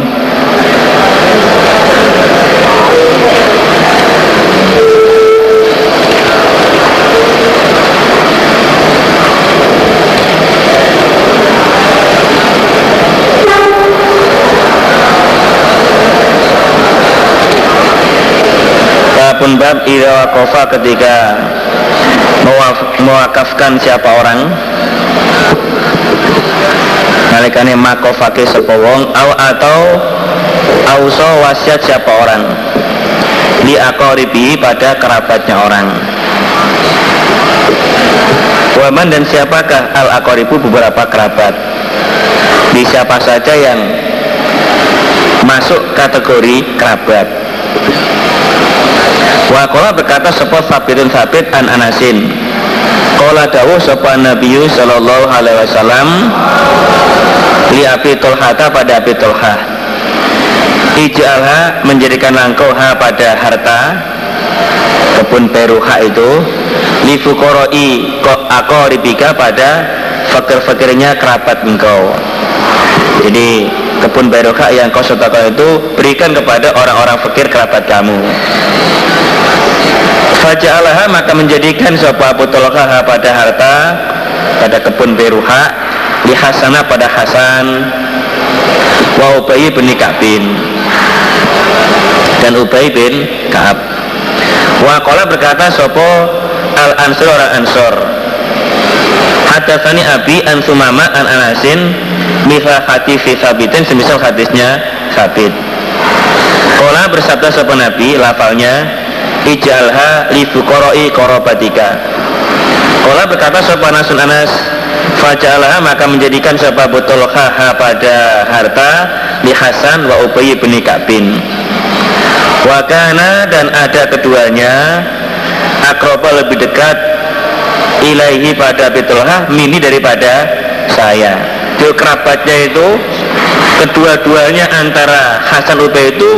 [SPEAKER 1] Babun bab idza waqafa ketika mewakafkan siapa orang nalikane makofake sapa wong atau auso wasiat siapa orang li aqaribi pada kerabatnya orang. Waman dan siapakah al aqaribu beberapa kerabat. Di siapa saja yang masuk kategori kerabat. Wa qala berkata sapa Sabitun Sabit an Anasin. Qala dawuh sapa Nabi sallallahu alaihi wasallam li Abi Tolhata pada Abi Tolhah ij'alha menjadikan langkau ha pada harta kebun peruha itu li fuqara'i aqribika pada fakir-fakirnya kerabat engkau. Jadi kebun peruha yang kau sedekah itu berikan kepada orang-orang fakir kerabat kamu. Faja'alaha maka menjadikan sapa Abu Tolhah pada harta pada kebun peruha li Hasanah pada Hasan wa Ubay bin Ka'bin dan Ubay bin Ka'ab. Wa qala berkata sapa al ansor orang ansor hadatsani Abi an Sumama an Anasin mithla hadits Sabitin semisal hadisnya Sabit. Qala bersabda sapa Nabi lafalnya ij'alha li fuqara'i qarabatika. Qala berkata sapa Nasun Anas faja'alaha maka menjadikan sapa Abu Tolhah pada harta li Hasan wa Ubay bin Ka'bin. Wa kana dan ada keduanya akroba lebih dekat ilaihi pada Abu Tolhah mini daripada saya. Itu kerabatnya itu kedua-duanya antara Hasan Ubay itu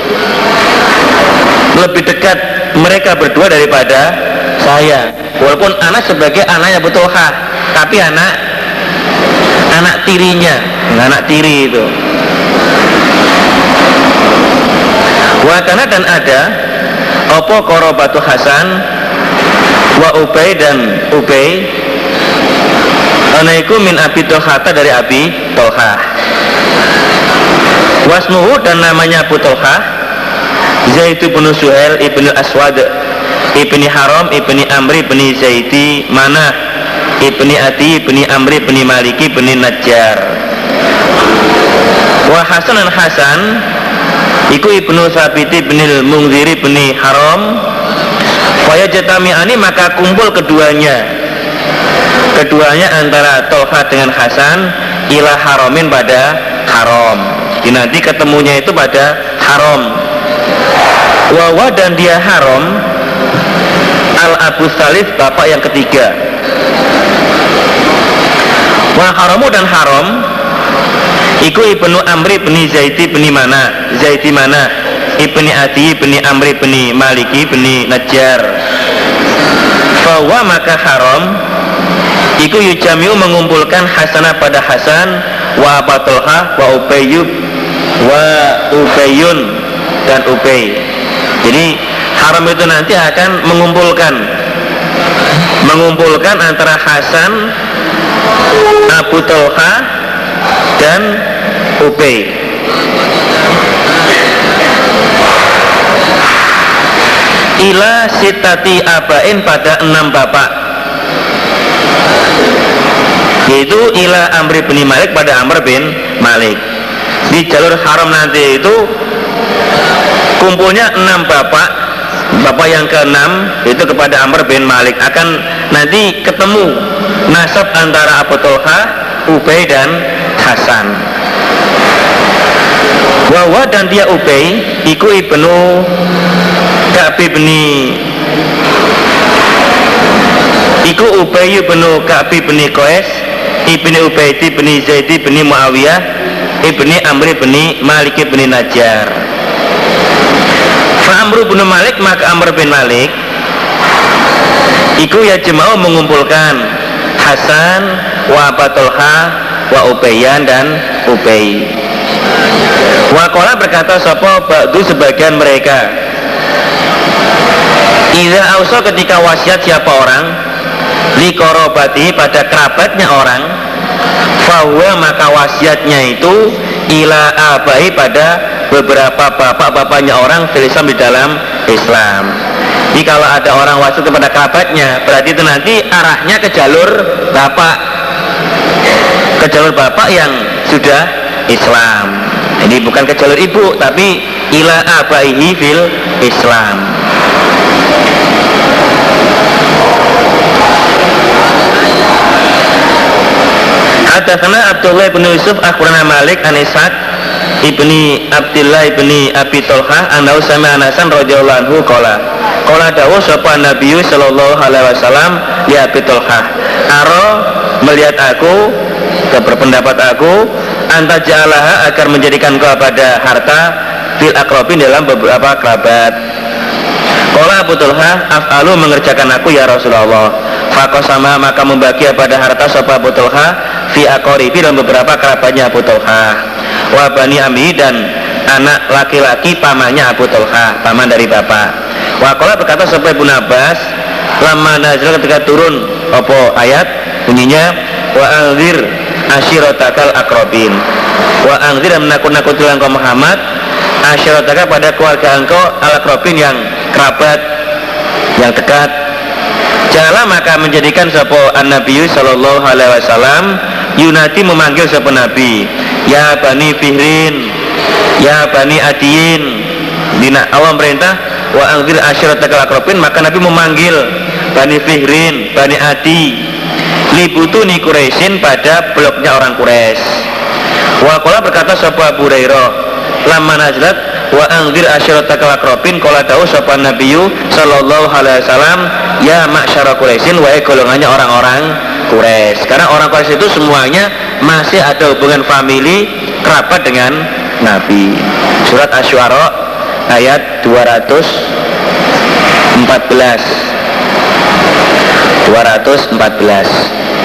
[SPEAKER 1] lebih dekat mereka berdua daripada saya. Walaupun anak sebagai anaknya Abu Tolhah, tapi anak tirinya, anak tiri itu. Wakana dan ada opo korobatu Hasan wa Ubay dan Ubay anaiku min Abi Tolhata dari Abi Tolhah. Wasmuhu dan namanya Abu Tolhah Zaid bin Suhail ibn Aswad ibni Haram ibni Amri ibni Zaidi Manah ibni Adi ibni Amri ibni Maliki ibni Najjar. Wa Hasan dan Hasan iku Ibnu Sabit bin Munzir bin Haram. Faya jatami'ani, maka kumpul keduanya antara Tolha dengan Hasan ila haramin, pada haram. Jadi nanti ketemunya itu pada haram. Wawa, dan dia haram al Abu Salif, bapak yang ketiga. Wa haramu, dan haram iku Ibnu Amri bin Zaidi bin Mana Ibni Adi bin Amri bin Maliki bin Najjar. Fawa, maka haram iku yujamiu, mengumpulkan Hasanah pada Hasan, wa Abu Tolha, wa Ubayun, dan Ubay. Jadi haram itu nanti akan mengumpulkan antara Hasan, Abu Tolha, dan Ubay. Ila sitati abain, pada 6 bapak, yaitu ila Amr bin Malik, pada Amr bin Malik. Di jalur haram nanti itu kumpulnya 6 bapak yang ke-6 itu kepada Amr bin Malik. Akan nanti ketemu nasab antara Abu Tolha, Ubay, dan Hasan. Wawa, dan dia Ubay iku Ibnu Ka'b bin Ka'b bin Qais ibni Ubaid bin Zaid bin Muawiyah ibni Amr bin Malik bin Najjar. Fa Amr bin Malik, maka Amr bin Malik iku ya jema'u, mengumpulkan Hasan, wa Abu Tolha, wa Ubayyan, dan Ubay. Wa qala, berkata sapa ba'du, sebagian mereka, idza ausa, ketika wasiat siapa orang, li korobati, pada kerabatnya orang, fahuwa, maka wasiatnya itu ila abai, pada beberapa bapak-bapaknya orang, fil Islam, di dalam Islam. Jadi kalau ada orang wasiat kepada kerabatnya, berarti itu nanti arahnya ke jalur bapak yang sudah Islam. Jadi bukan ke jalur ibu, tapi ila abaihi fil Islam. Hadatsana Abdullah bin Yusuf akhbarana Malik an Ishaq ibni Abdullah ibni Abi Tolha anau sami Anasan radhiyallahu anhu qala dawu sapa Nabi sallallahu alaihi wasallam li Abi Tolha, aro, melihat aku, berpendapat aku, anta ja'alaha, agar menjadikan kau pada harta fil akrabin, dalam beberapa kerabat. Qala Abu Tolha, af'alu, mengerjakan aku ya Rasulullah. Faqasama, maka membagi pada harta sapa Abu Tolha fi aqaribi, dalam beberapa kerabatnya Abu Tolha, wa bani ammi, dan anak laki-laki pamannya Abu Tolha, paman dari bapak. Wa qala, berkata sapa Ibnu Abbas, lamma nazal, ketika turun apa ayat, bunyinya wa anzir asyiratakal akrabin, wa anzir, menakut-nakuti engkau Muhammad, asyirataka, pada keluarga engkau, al akrabin, yang kerabat, yang dekat. Jala, maka menjadikan sapa an-Nabi sallallahu alaihi wasallam yunati, memanggil sapa Nabi, ya bani Fihrin, ya bani Adiyin, dina awam perintah wa anzir asyiratakal akrabin, maka Nabi memanggil bani Fihrin, bani Adi, libutuni Quraisyin, pada bloknya orang Quraisy. Wa qala, berkata sapa Abu Hurairah, lamma nazlat wa anzir asyiratakal akrabin, qala dawu sapa Nabiyyu sallallahu alaihi wasallam, ya ma'syara Quraisyin, wahai golongannya orang-orang Quraisy. Karena orang Quraisy itu semuanya masih ada hubungan famili, kerabat dengan Nabi. Surat Asy-Syu'ara ayat 214.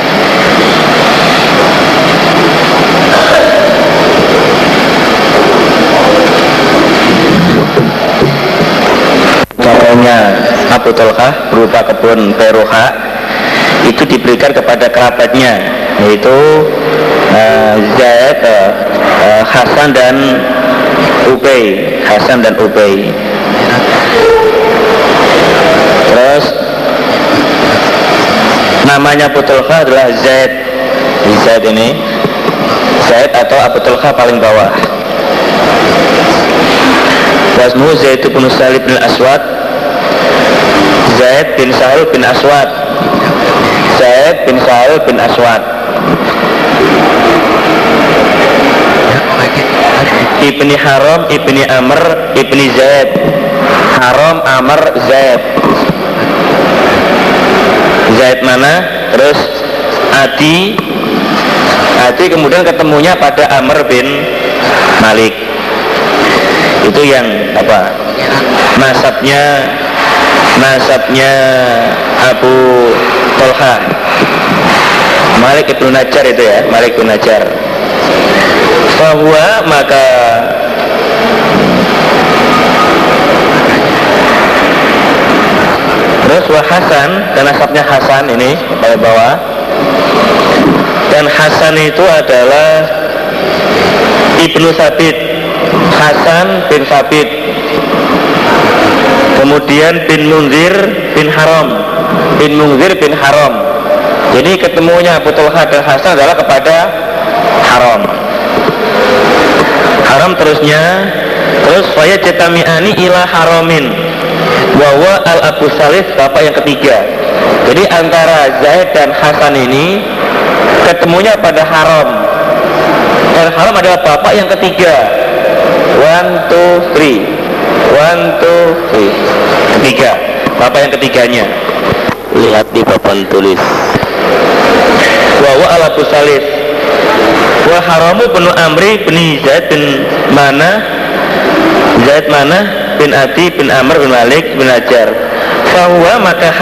[SPEAKER 1] Contohnya Abu Tolha berupa kebun Peruha itu diberikan kepada kerabatnya, yaitu Zaid, Hasan dan Ubay. Terus namanya Abu Tolha adalah Zaid. Zaid ini, Zaid atau Abu Tolha paling bawah. wasmu Zaid bin Salib bin Aswad, Zaid bin Sahal bin Aswad, Zaid bin Sahal bin Aswad. Ibni Haram, Ibni Amr, Ibni Zaid. Haram, Amr, Zaid. Zaid mana? Terus Adi kemudian ketemunya pada Amr bin Malik. Itu yang apa? Nasabnya Abu Tolha, Malik ibn Najjar itu ya, Malik ibn Najjar. Bahwa maka terus wa Hasan, dan nasabnya Hasan ini pada bawah. Dan Hasan itu adalah Ibnu Sabit, Hasan bin Sabit. Kemudian bin Munzir bin Haram, bin Munzir bin Haram. Jadi ketemunya Abu Talha dan Hasan adalah kepada Haram. Haram terus saya jetami'ani ila haramin wawa al Abu Salih, bapak yang ketiga. Jadi antara Zaid dan Hasan ini ketemunya pada Haram, dan Haram adalah bapak yang ketiga. 1, 2, 3 ketiga, bapak yang ketiganya. Lihat di papan tulis wawa al Abu Salih wa Haramu bin Amri bin Zaid bin Mana, Zaid Mana bin Adi bin Amr bin Malik bin Najjar. Fahuwa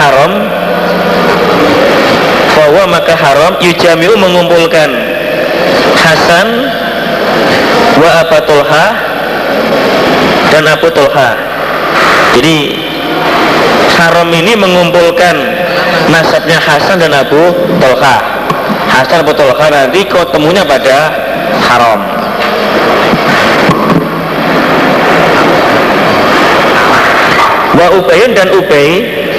[SPEAKER 1] maka haram yujami'u mengumpulkan Hasan wa Abu Tolha dan Abu Tolha. Jadi haram ini mengumpulkan nasabnya Hasan dan Abu Tolha. Hasan Abu Tolha nanti ketemunya pada Haram. Wa Ubayn dan Ubay